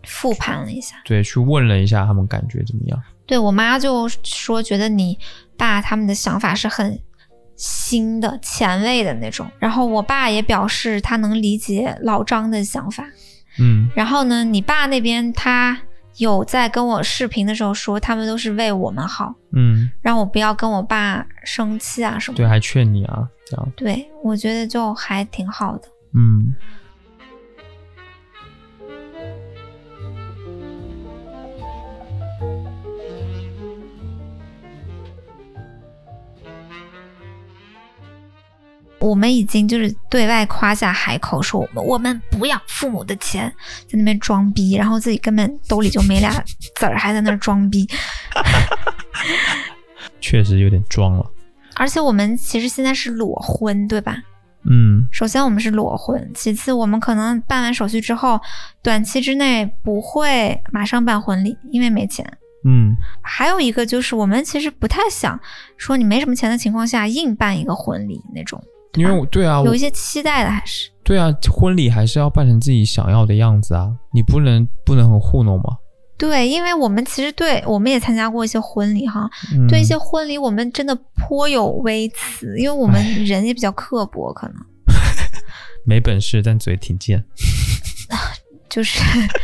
复盘了一下， 对，去问了一下他们感觉怎么样。 对，我妈就说觉得你爸他们的想法是很新的前卫的那种，然后我爸也表示他能理解老张的想法。 嗯， 然后呢你爸那边他有在跟我视频的时候说他们都是为我们好， 嗯， 让我不要跟我爸生气啊什么的。 对，还劝你啊这样。 对，我觉得就还挺好的。 嗯， 我们已经就是对外夸下海口说我们我们不要父母的钱，在那边装逼，然后自己根本兜里就没俩子儿，还在那儿装逼。 确实有点装了。 而且我们其实现在是裸婚，对吧？ 嗯， 首先我们是裸婚，其次我们可能办完手续之后，短期之内不会马上办婚礼，因为没钱。 嗯， 还有一个就是我们其实不太想说你没什么钱的情况下硬办一个婚礼那种。 因为我对啊， 有一些期待的还是对啊，婚礼还是要办成自己想要的样子啊，你不能不能很糊弄嘛。 对，因为我们其实对我们也参加过一些婚礼哈、 嗯， 对一些婚礼我们真的颇有微词，因为我们人也比较刻薄，可能没本事但嘴挺贱。 就是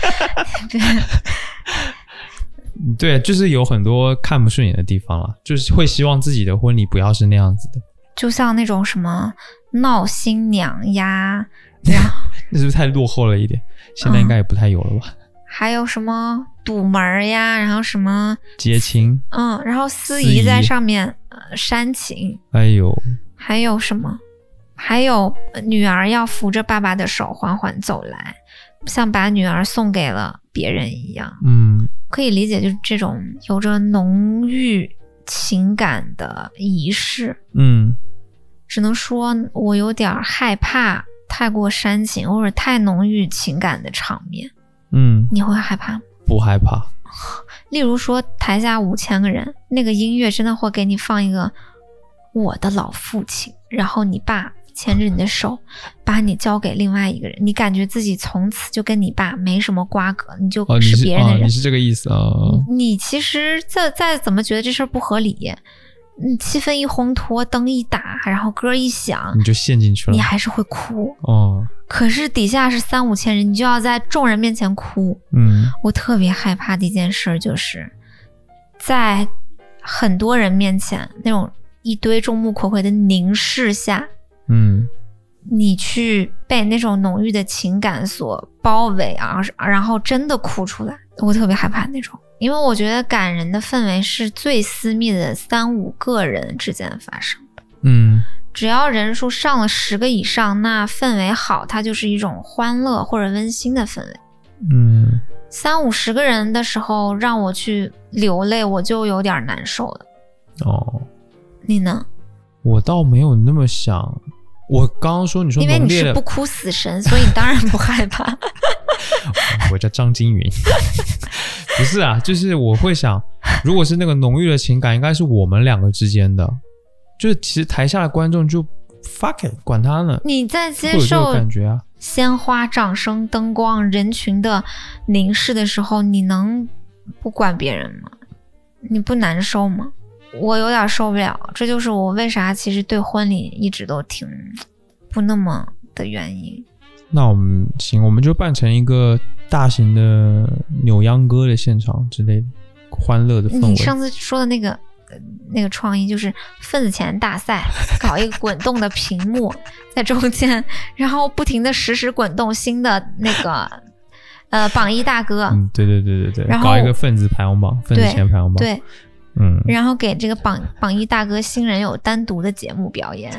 对，就是有很多看不顺眼的地方了，就是会希望自己的婚礼不要是那样子的。 就像那种什么闹新娘呀，然后那是不是太落后了一点？现在应该也不太有了吧？ 嗯、还有什么堵门呀，然后什么接亲， 嗯，然后司仪在上面呃煽情， 哎呦， 还有什么？还有女儿要扶着爸爸的手缓缓走来，像把女儿送给了别人一样。 嗯， 可以理解，就是这种有着浓郁情感的仪式。 嗯， 只能说我有点害怕太过煽情或者太浓郁情感的场面。 嗯， 你会害怕吗？ 不害怕。 例如说台下五千个人，那个音乐真的会给你放一个我的老父亲，然后你爸牵着你的手把你交给另外一个人，你感觉自己从此就跟你爸没什么瓜葛，你就哦，你是别人的人。 哦、你是这个意思啊、哦？ 你其实再再怎么觉得这事儿不合理，嗯，气氛一烘托，灯一打，然后歌一响， 你就陷进去了， 你还是会哭哦。 可是底下是三五千人，你就要在众人面前哭。 嗯， 我特别害怕的一件事就是在很多人面前那种一堆众目睽睽的凝视下， 嗯， 你去被那种浓郁的情感所包围啊，然后真的哭出来，我特别害怕那种。因为我觉得感人的氛围是最私密的三五个人之间发生的。 嗯， 只要人数上了十个以上，那氛围好，它就是一种欢乐或者温馨的氛围。 嗯， 三五十个人的时候让我去流泪，我就有点难受了。 哦， 你呢？ 我倒没有那么想。我刚刚说你说因为你是浓烈的， 不哭死神，所以你当然不害怕。 我叫张金云。不是啊，就是我会想，如果是那个浓郁的情感，应该是我们两个之间的，就是其实台下的观众就 fuck it， 管他呢。 你在接会有这受个感觉啊， 鲜花、掌声、灯光、人群的凝视的时候，你能不管别人吗？你不难受吗？我有点受不了，这就是我为啥其实对婚礼一直都挺不那么的原因。 那我们行，我们就办成一个大型的扭秧歌的现场之类的，欢乐的氛围。 你上次说的那个那个创意就是份子钱大赛，搞一个滚动的屏幕在中间，然后不停的实时滚动新的那个呃榜一大哥。 嗯，对对对对对， 然后搞一个份子排行榜，份子钱排行榜。 对， 嗯， 然后给这个榜榜一大哥新人有单独的节目表演。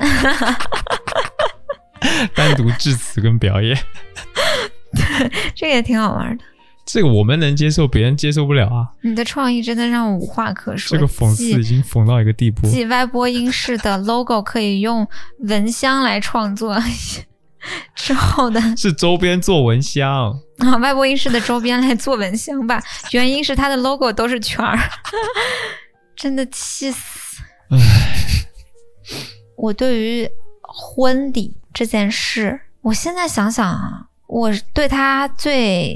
单独致辞跟表演。 这个也挺好玩的。 这个我们能接受，别人接受不了啊！ 你的创意真的让我无话可说。 这个讽刺已经讽到一个地步。 继歪播音室的 logo 可以用蚊香来创作之后的， 是周边做蚊香啊，歪播音室的周边来做蚊香吧。原因是它的 logo 都是圈儿，真的气死。 唉， 我对于婚礼这件事，我现在想想啊，我对它最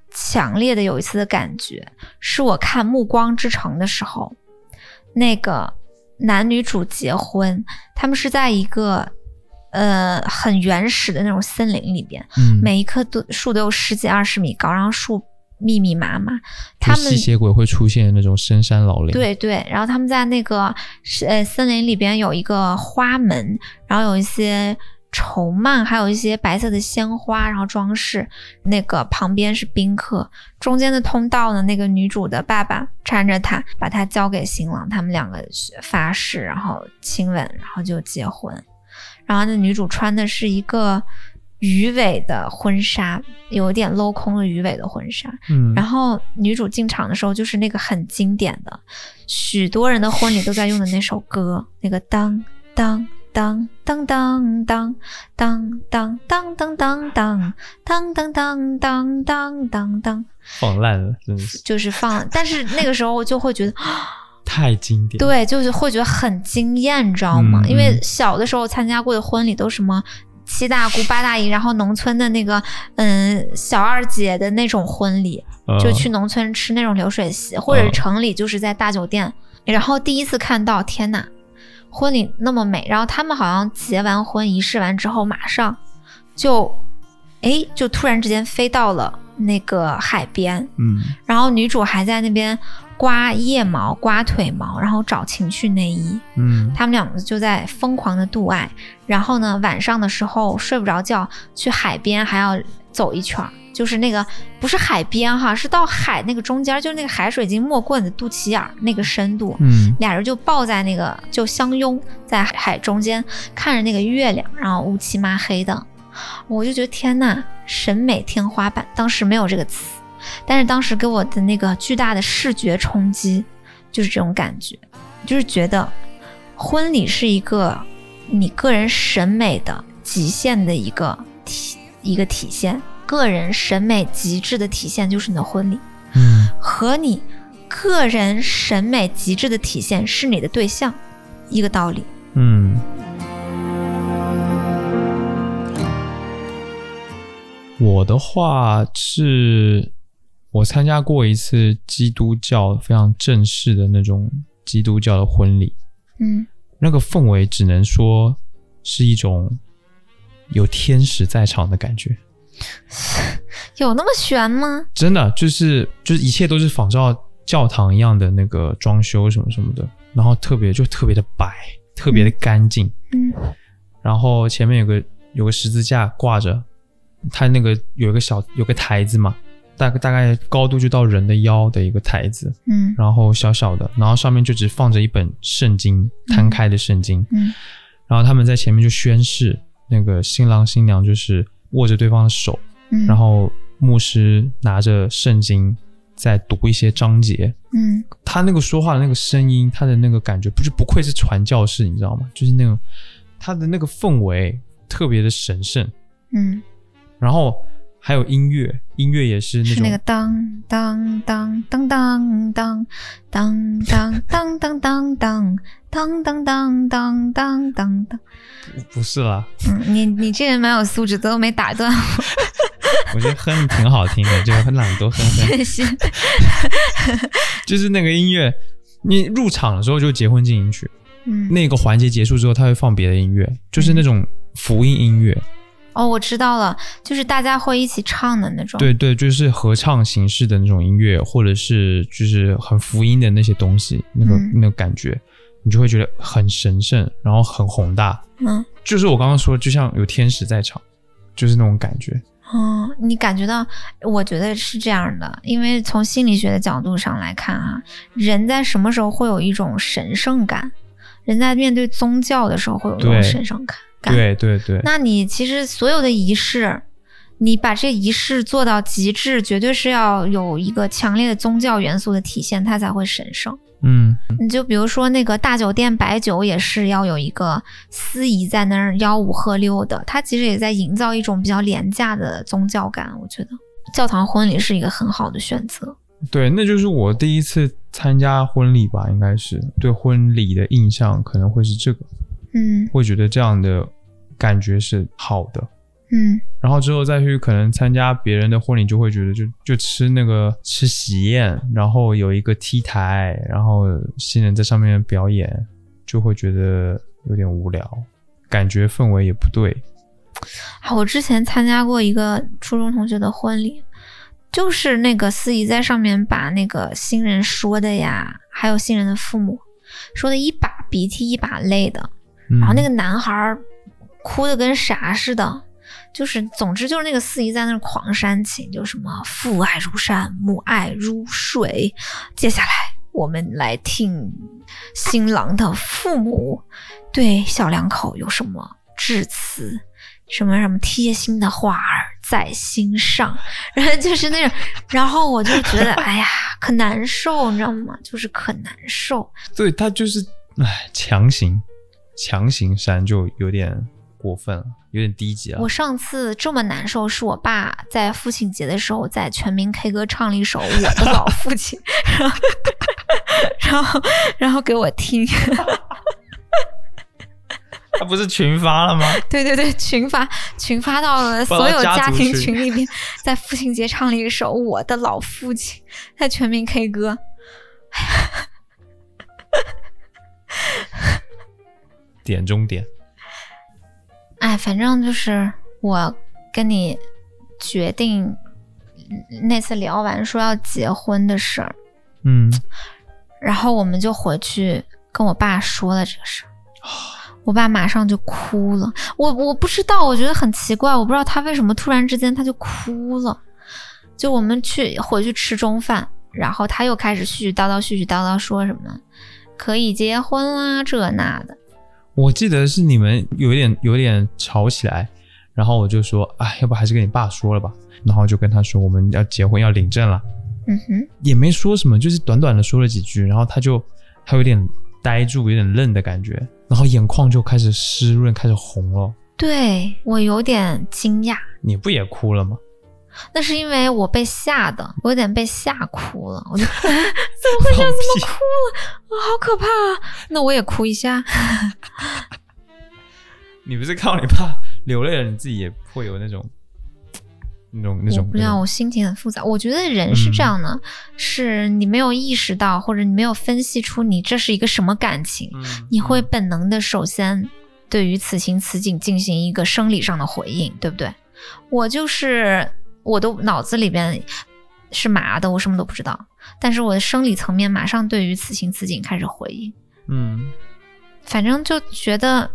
强烈的有一次的感觉，是我看《暮光之城》的时候，那个男女主结婚，他们是在一个呃很原始的那种森林里边， 嗯， 每一棵都树都有十几二十米高，然后树密密麻麻，他们吸血鬼会出现的那种深山老林。 对对，然后他们在那个呃森林里边有一个花门，然后有一些绸幔，还有一些白色的鲜花，然后装饰，那个旁边是宾客，中间的通道呢，那个女主的爸爸搀着她，把她交给新郎，他们两个发誓，然后亲吻，然后就结婚。然后那女主穿的是一个鱼尾的婚纱，有点镂空的鱼尾的婚纱。 嗯， 然后女主进场的时候，就是那个很经典的，许多人的婚礼都在用的那首歌，那个当当当当当当当当当当当当当当当当当当当， 放烂了，真的是， 就是放，但是那个时候我就会觉得太经典。 对，就是会觉得很惊艳，你知道吗？ 嗯、 因为小的时候参加过的婚礼都什么七大姑八大姨，然后农村的那个嗯小二姐的那种婚礼， 呃、 就去农村吃那种流水席，或者城里就是在大酒店，呃、然后第一次看到，天哪！婚礼那么美，然后他们好像结完婚仪式完之后马上就诶就突然之间飞到了那个海边， 嗯， 然后女主还在那边刮腋毛刮腿毛，然后找情趣内衣， 嗯， 他们两个就在疯狂的度爱，然后呢晚上的时候睡不着觉，去海边还要走一圈，就是那个不是海边哈，是到海那个中间，就是那个海水已经没过你的肚脐眼那个深度， 嗯， 俩人就抱在那个就相拥在海中间，看着那个月亮，然后乌漆嘛黑的，我就觉得天哪，审美天花板，当时没有这个词，但是当时给我的那个巨大的视觉冲击就是这种感觉，就是觉得婚礼是一个你个人审美的极限的一个体一个体现，个人审美极致的体现就是你的婚礼， 嗯， 和你个人审美极致的体现是你的对象，一个道理。 嗯，我的话是我参加过一次基督教非常正式的那种基督教的婚礼， 嗯， 那个氛围只能说是一种有天使在场的感觉。 有那么玄吗？ 真的就是就是一切都是仿照教堂一样的那个装修什么什么的，然后特别就特别的白，特别的干净， 嗯， 然后前面有个有个十字架挂着，它那个有一个小有个台子嘛，大概大概高度就到人的腰的一个台子， 嗯， 然后小小的，然后上面就只放着一本圣经，摊开的圣经， 嗯， 然后他们在前面就宣誓，那个新郎新娘就是握着对方的手， 嗯， 然后牧师拿着圣经在读一些章节， 嗯， 他那个说话的那个声音，他的那个感觉，不是不愧是传教士，你知道吗？就是那种他的那个氛围特别的神圣， 嗯， 然后还有音乐，音乐也是那种是那个当当当当当当当当当当当当当当当当当当当， 不是啦， 嗯，你你这人蛮有素质的，都没打断我。 我觉得哼挺好听的，就很懒惰哼哼。 谢谢。 就是那个音乐，你入场的时候就结婚进行曲， 嗯， 那个环节结束之后，他会放别的音乐，就是那种福音音乐。 哦，我知道了，就是大家会一起唱的那种。 对对，就是合唱形式的那种音乐，或者是就是很福音的那些东西，那个、嗯、那个感觉，你就会觉得很神圣，然后很宏大。 嗯， 就是我刚刚说，就像有天使在场，就是那种感觉。 哦，你感觉到？我觉得是这样的，因为从心理学的角度上来看啊，人在什么时候会有一种神圣感？人在面对宗教的时候会有一种神圣感。 对对对。 那你其实所有的仪式，你把这仪式做到极致，绝对是要有一个强烈的宗教元素的体现，它才会神圣。 嗯， 你就比如说那个大酒店摆酒，也是要有一个司仪在那儿吆五喝六的，它其实也在营造一种比较廉价的宗教感。我觉得教堂婚礼是一个很好的选择。 对，那就是我第一次参加婚礼吧，应该是对婚礼的印象可能会是这个。 嗯， 会觉得这样的感觉是好的。 嗯， 然后之后再去可能参加别人的婚礼，就会觉得就就吃那个吃喜宴，然后有一个 T 台，然后新人在上面表演，就会觉得有点无聊，感觉氛围也不对。 我之前参加过一个初中同学的婚礼，就是那个司仪在上面把那个新人说的呀，还有新人的父母说的一把鼻涕一把泪的， 嗯、 然后那个男孩哭的跟啥似的，就是总之就是那个司仪在那狂煽情，就什么父爱如山，母爱如水。接下来我们来听新郎的父母对小两口有什么致辞，什么什么贴心的话儿在心上，然后就是那种，然后我就觉得哎呀可难受，你知道吗？就是可难受。 对，他就是哎强行强行删，就有点过分了，有点低级了。 我上次这么难受是我爸在父亲节的时候在全民 K 歌唱了一首我的老父亲然后然后然后给我听他不是群发了吗？ 对对对，群发群发到了所有家庭群里面，在父亲节唱了一首我的老父亲，在全民 K 歌点中点。 哎，反正就是我跟你决定那次聊完说要结婚的事儿， 嗯， 然后我们就回去跟我爸说了这个事儿，我爸马上就哭了。我我不知道，我觉得很奇怪，我不知道他为什么突然之间他就哭了。就我们去回去吃中饭，然后他又开始絮絮叨叨絮絮叨叨说什么可以结婚啦这那的。 我记得是你们有点有点吵起来，然后我就说哎，要不还是跟你爸说了吧，然后就跟他说我们要结婚要领证了。 嗯哼，也没说什么，就是短短的说了几句，然后他就他有点呆住，有点愣的感觉，然后眼眶就开始湿润，开始红了。 对，我有点惊讶。 你不也哭了吗？ 那是因为我被吓的，我有点被吓哭了，我就怎么会这样，怎么哭了、哦、好可怕啊！那我也哭一下你不是看到你爸流泪了，你自己也会有那种那种那种， 我不知道，我心情很复杂。我觉得人是这样的、嗯、是你没有意识到，或者你没有分析出你这是一个什么感情、嗯、你会本能的首先对于此情此景进行一个生理上的回应，对不对？我就是我的脑子里边是麻的，我什么都不知道，但是我的生理层面马上对于此情此景开始回应。 嗯， 反正就觉得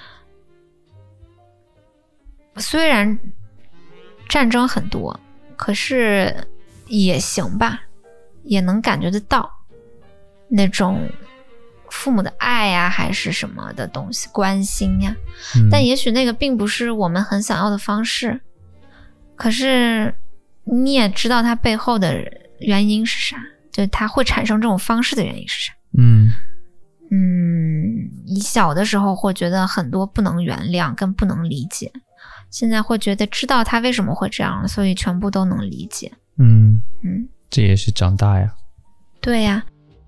虽然战争很多，可是也行吧，也能感觉得到那种父母的爱呀、啊，还是什么的东西，关心呀、嗯、但也许那个并不是我们很想要的方式，可是你也知道它背后的原因是啥，就它会产生这种方式的原因是啥。 嗯嗯，你小的时候会觉得很多不能原谅跟不能理解，现在会觉得知道他为什么会这样了，所以全部都能理解。 嗯嗯， 这也是长大呀。 对呀。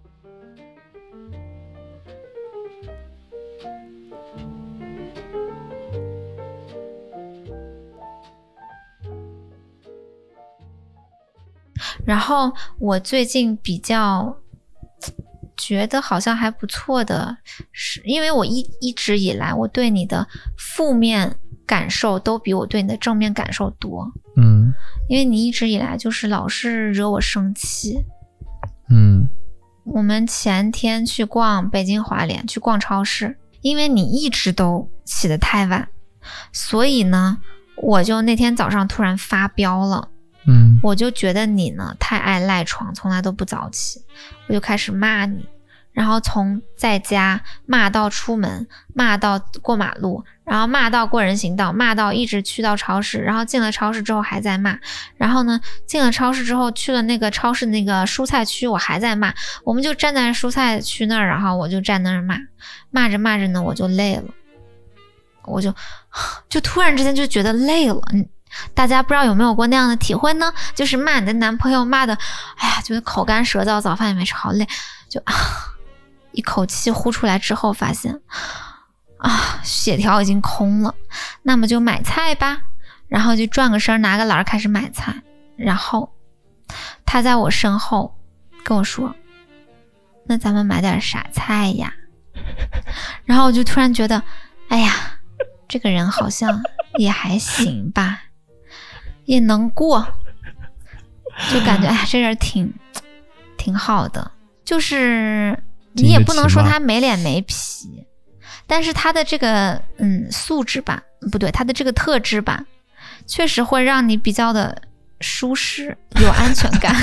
然后我最近比较觉得好像还不错的是，因为我一一直以来我对你的负面感受都比我对你的正面感受多。 嗯， 因为你一直以来就是老是惹我生气。 嗯， 我们前天去逛北京华联，去逛超市，因为你一直都起得太晚，所以呢我就那天早上突然发飙了。 嗯， 我就觉得你呢太爱赖床，从来都不早起，我就开始骂你，然后从在家骂到出门，骂到过马路，然后骂到过人行道，骂到一直去到超市，然后进了超市之后还在骂，然后呢进了超市之后去了那个超市那个蔬菜区，我还在骂，我们就站在蔬菜区那儿，然后我就站那儿骂，骂着骂着呢我就累了，我就就突然之间就觉得累了。嗯，大家不知道有没有过那样的体会呢？就是骂你的男朋友骂的，哎呀，觉得口干舌燥，早饭也没吃，好累，就啊，一口气呼出来之后，发现啊，血条已经空了，那么就买菜吧。 然后就转个身拿个篮开始买菜，然后他在我身后跟我说，那咱们买点啥菜呀？然后我就突然觉得，哎呀，这个人好像也还行吧，也能过，就感觉哎呀，这人挺挺好的，就是你也不能说他没脸没皮，但是他的这个嗯素质吧，不对，他的这个特质吧，确实会让你比较的舒适，有安全感，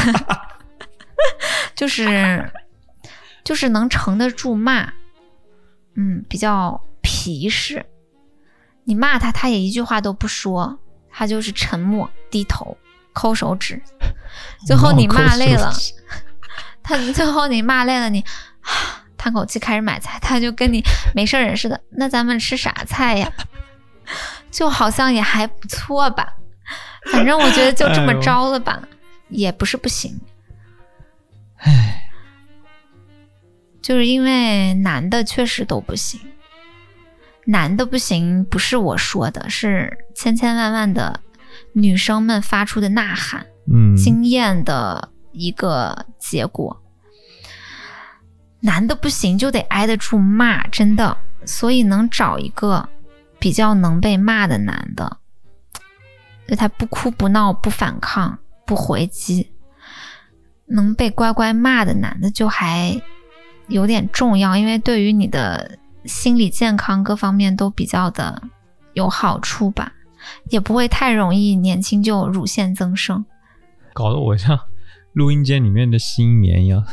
就是就是能承得住骂，嗯，比较皮实。你骂他，他也一句话都不说，他就是沉默低头抠手指。最后你骂累了，他最后你骂累了，你叹口气开始买菜，他就跟你没事人似的。那咱们吃啥菜呀？就好像也还不错吧，反正我觉得就这么着了吧，哎、也不是不行。 唉， 就是因为男的确实都不行，男的不行不是我说的，是千千万万的女生们发出的呐喊， 嗯， 经验的一个结果。男的不行就得挨得住骂，真的，所以能找一个比较能被骂的男的，就他不哭不闹不反抗不回击，能被乖乖骂的男的就还有点重要，因为对于你的心理健康各方面都比较的有好处吧，也不会太容易年轻就乳腺增生。 搞得我像录音间里面的新棉一样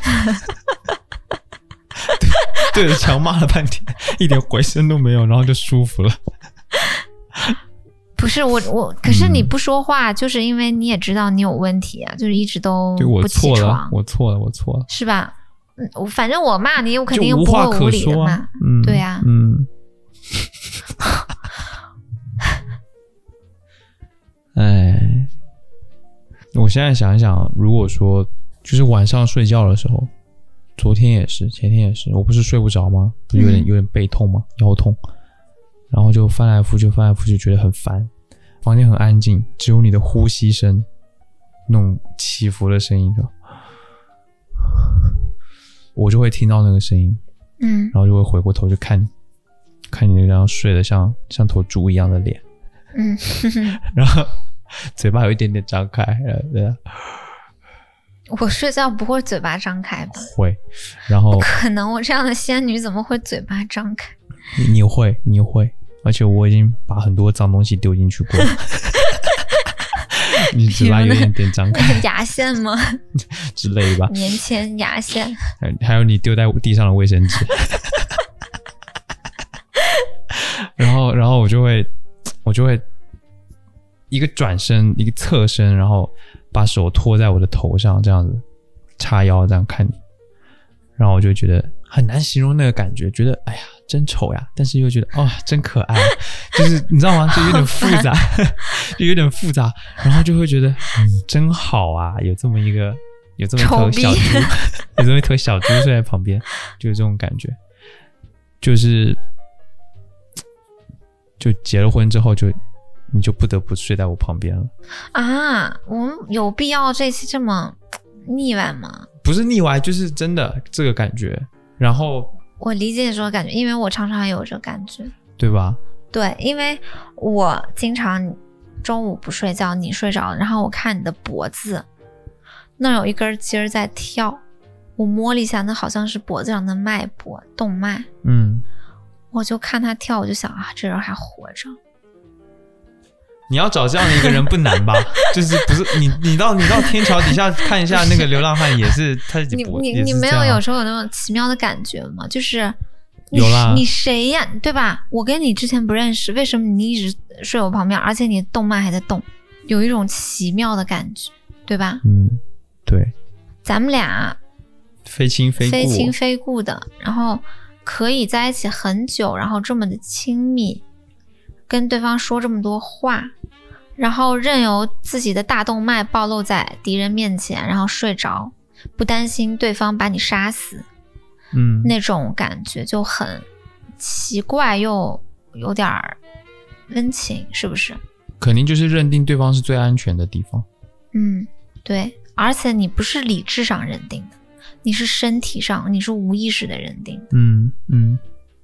对, 对着墙骂了半天，一点回声都没有，然后就舒服了。 不是我我，可是你不说话、嗯，就是因为你也知道你有问题啊，就是一直都不起床。 我错了，我错了，我错了，是吧？嗯，反正我骂你，我肯定不会无理的骂。 啊、嗯， 对啊， 嗯。哎，我现在想一想，如果说就是晚上睡觉的时候，昨天也是，前天也是，我不是睡不着吗？不是有点、嗯、有点背痛吗？腰痛。然后就翻来覆去翻来覆去，觉得很烦。房间很安静，只有你的呼吸声，那种起伏的声音就，我就会听到那个声音， 嗯，然后就会回过头去看，看你那张睡得像像头猪一样的脸， 嗯， 然后嘴巴有一点点张开，对。 我睡觉不会嘴巴张开吧？ 会，然后不可能，我这样的仙女怎么会嘴巴张开？ 你, 你会，你会，而且我已经把很多脏东西丢进去过。你嘴巴有点点张开， 牙线吗？ 之类吧， 年前牙线， 还有你丢在地上的卫生纸。然后，然后我就会，我就会一个转身，一个侧身，然后把手托在我的头上，这样子叉腰这样看你，然后我就觉得很难形容那个感觉，觉得哎呀真丑呀，但是又觉得哦真可爱，就是你知道吗？就有点复杂，就有点复杂，然后就会觉得嗯真好啊，有这么一个有这么一头小猪，有这么一头小猪睡在旁边，就有这种感觉，就是就结了婚之后就。你就不得不睡在我旁边了啊！我们有必要这期这么腻歪吗？ 不是腻歪，就是真的这个感觉。然后我理解你说的感觉，因为我常常有这个感觉， 对吧？ 对，因为我经常中午不睡觉，你睡着了，然后我看你的脖子那有一根筋儿在跳，我摸了一下，那好像是脖子上的脉搏动脉， 嗯， 我就看他跳，我就想啊，这人还活着。 你要找这样的一个人不难吧？就是不是你你到你到天桥底下看一下那个流浪汉，也是他你你你没有有时候有那种奇妙的感觉吗？就是你有啦， 你谁呀？对吧？我跟你之前不认识，为什么你一直睡我旁边，而且你的动脉还在动，有一种奇妙的感觉，对吧？ 嗯，对。 咱们俩非亲非故， 非亲非故的，然后可以在一起很久，然后这么的亲密。跟对方说这么多话，然后任由自己的大动脉暴露在敌人面前，然后睡着，不担心对方把你杀死， 嗯， 那种感觉就很奇怪又有点温情，是不是？ 肯定就是认定对方是最安全的地方。 嗯，对，而且你不是理智上认定的，你是身体上，你是无意识的认定的。 嗯嗯。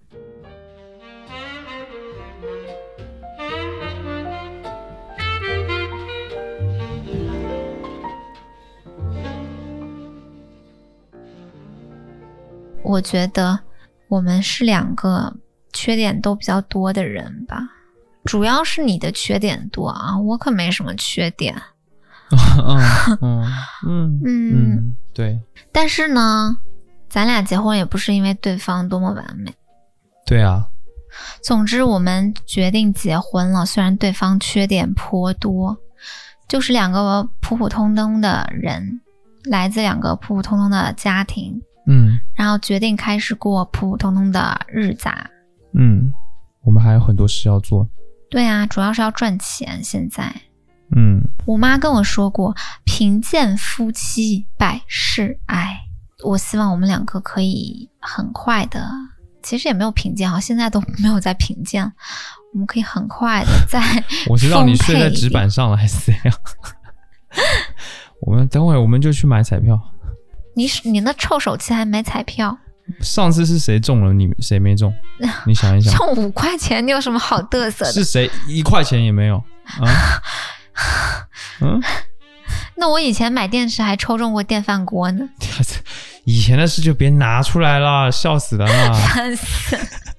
我觉得我们是两个缺点都比较多的人吧，主要是你的缺点多啊，我可没什么缺点。 嗯嗯嗯嗯，对。 但是呢，咱俩结婚也不是因为对方多么完美。 对啊。 总之我们决定结婚了，虽然对方缺点颇多，就是两个普普通通的人，来自两个普普通通的家庭。 嗯， 然后决定开始过普普通通的日子。 嗯，我们还有很多事要做。 对啊，主要是要赚钱。现在， 嗯， 我妈跟我说过，贫贱夫妻百事哀。我希望我们两个可以很快的，其实也没有贫贱哈，现在都没有在贫贱，我们可以很快的在我是让你睡在纸板上了还是怎样？我们等会我们就去买彩票。 你你那臭手气还买彩票？ 上次是谁中了，你谁没中？你想一想。 中五块钱，你有什么好嘚瑟的？ 是谁一块钱也没有？啊？嗯？ 那我以前买电池还抽中过电饭锅呢。 以前的事就别拿出来了，笑死人了。 烦死。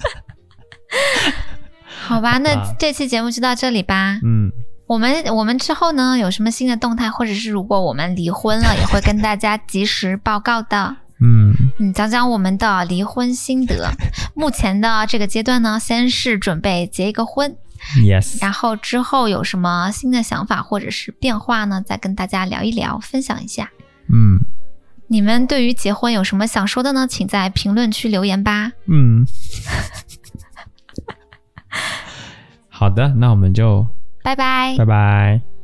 好吧，那这期节目就到这里吧。 嗯。 我们我们之后呢有什么新的动态，或者是如果我们离婚了，也会跟大家及时报告的。 嗯嗯，讲讲我们的离婚心得。目前的这个阶段呢，先是准备结一个婚 ，yes， 然后之后有什么新的想法或者是变化呢，再跟大家聊一聊，分享一下。 嗯， 你们对于结婚有什么想说的呢？请在评论区留言吧。 嗯，好的，那我们就。 拜拜， 拜拜。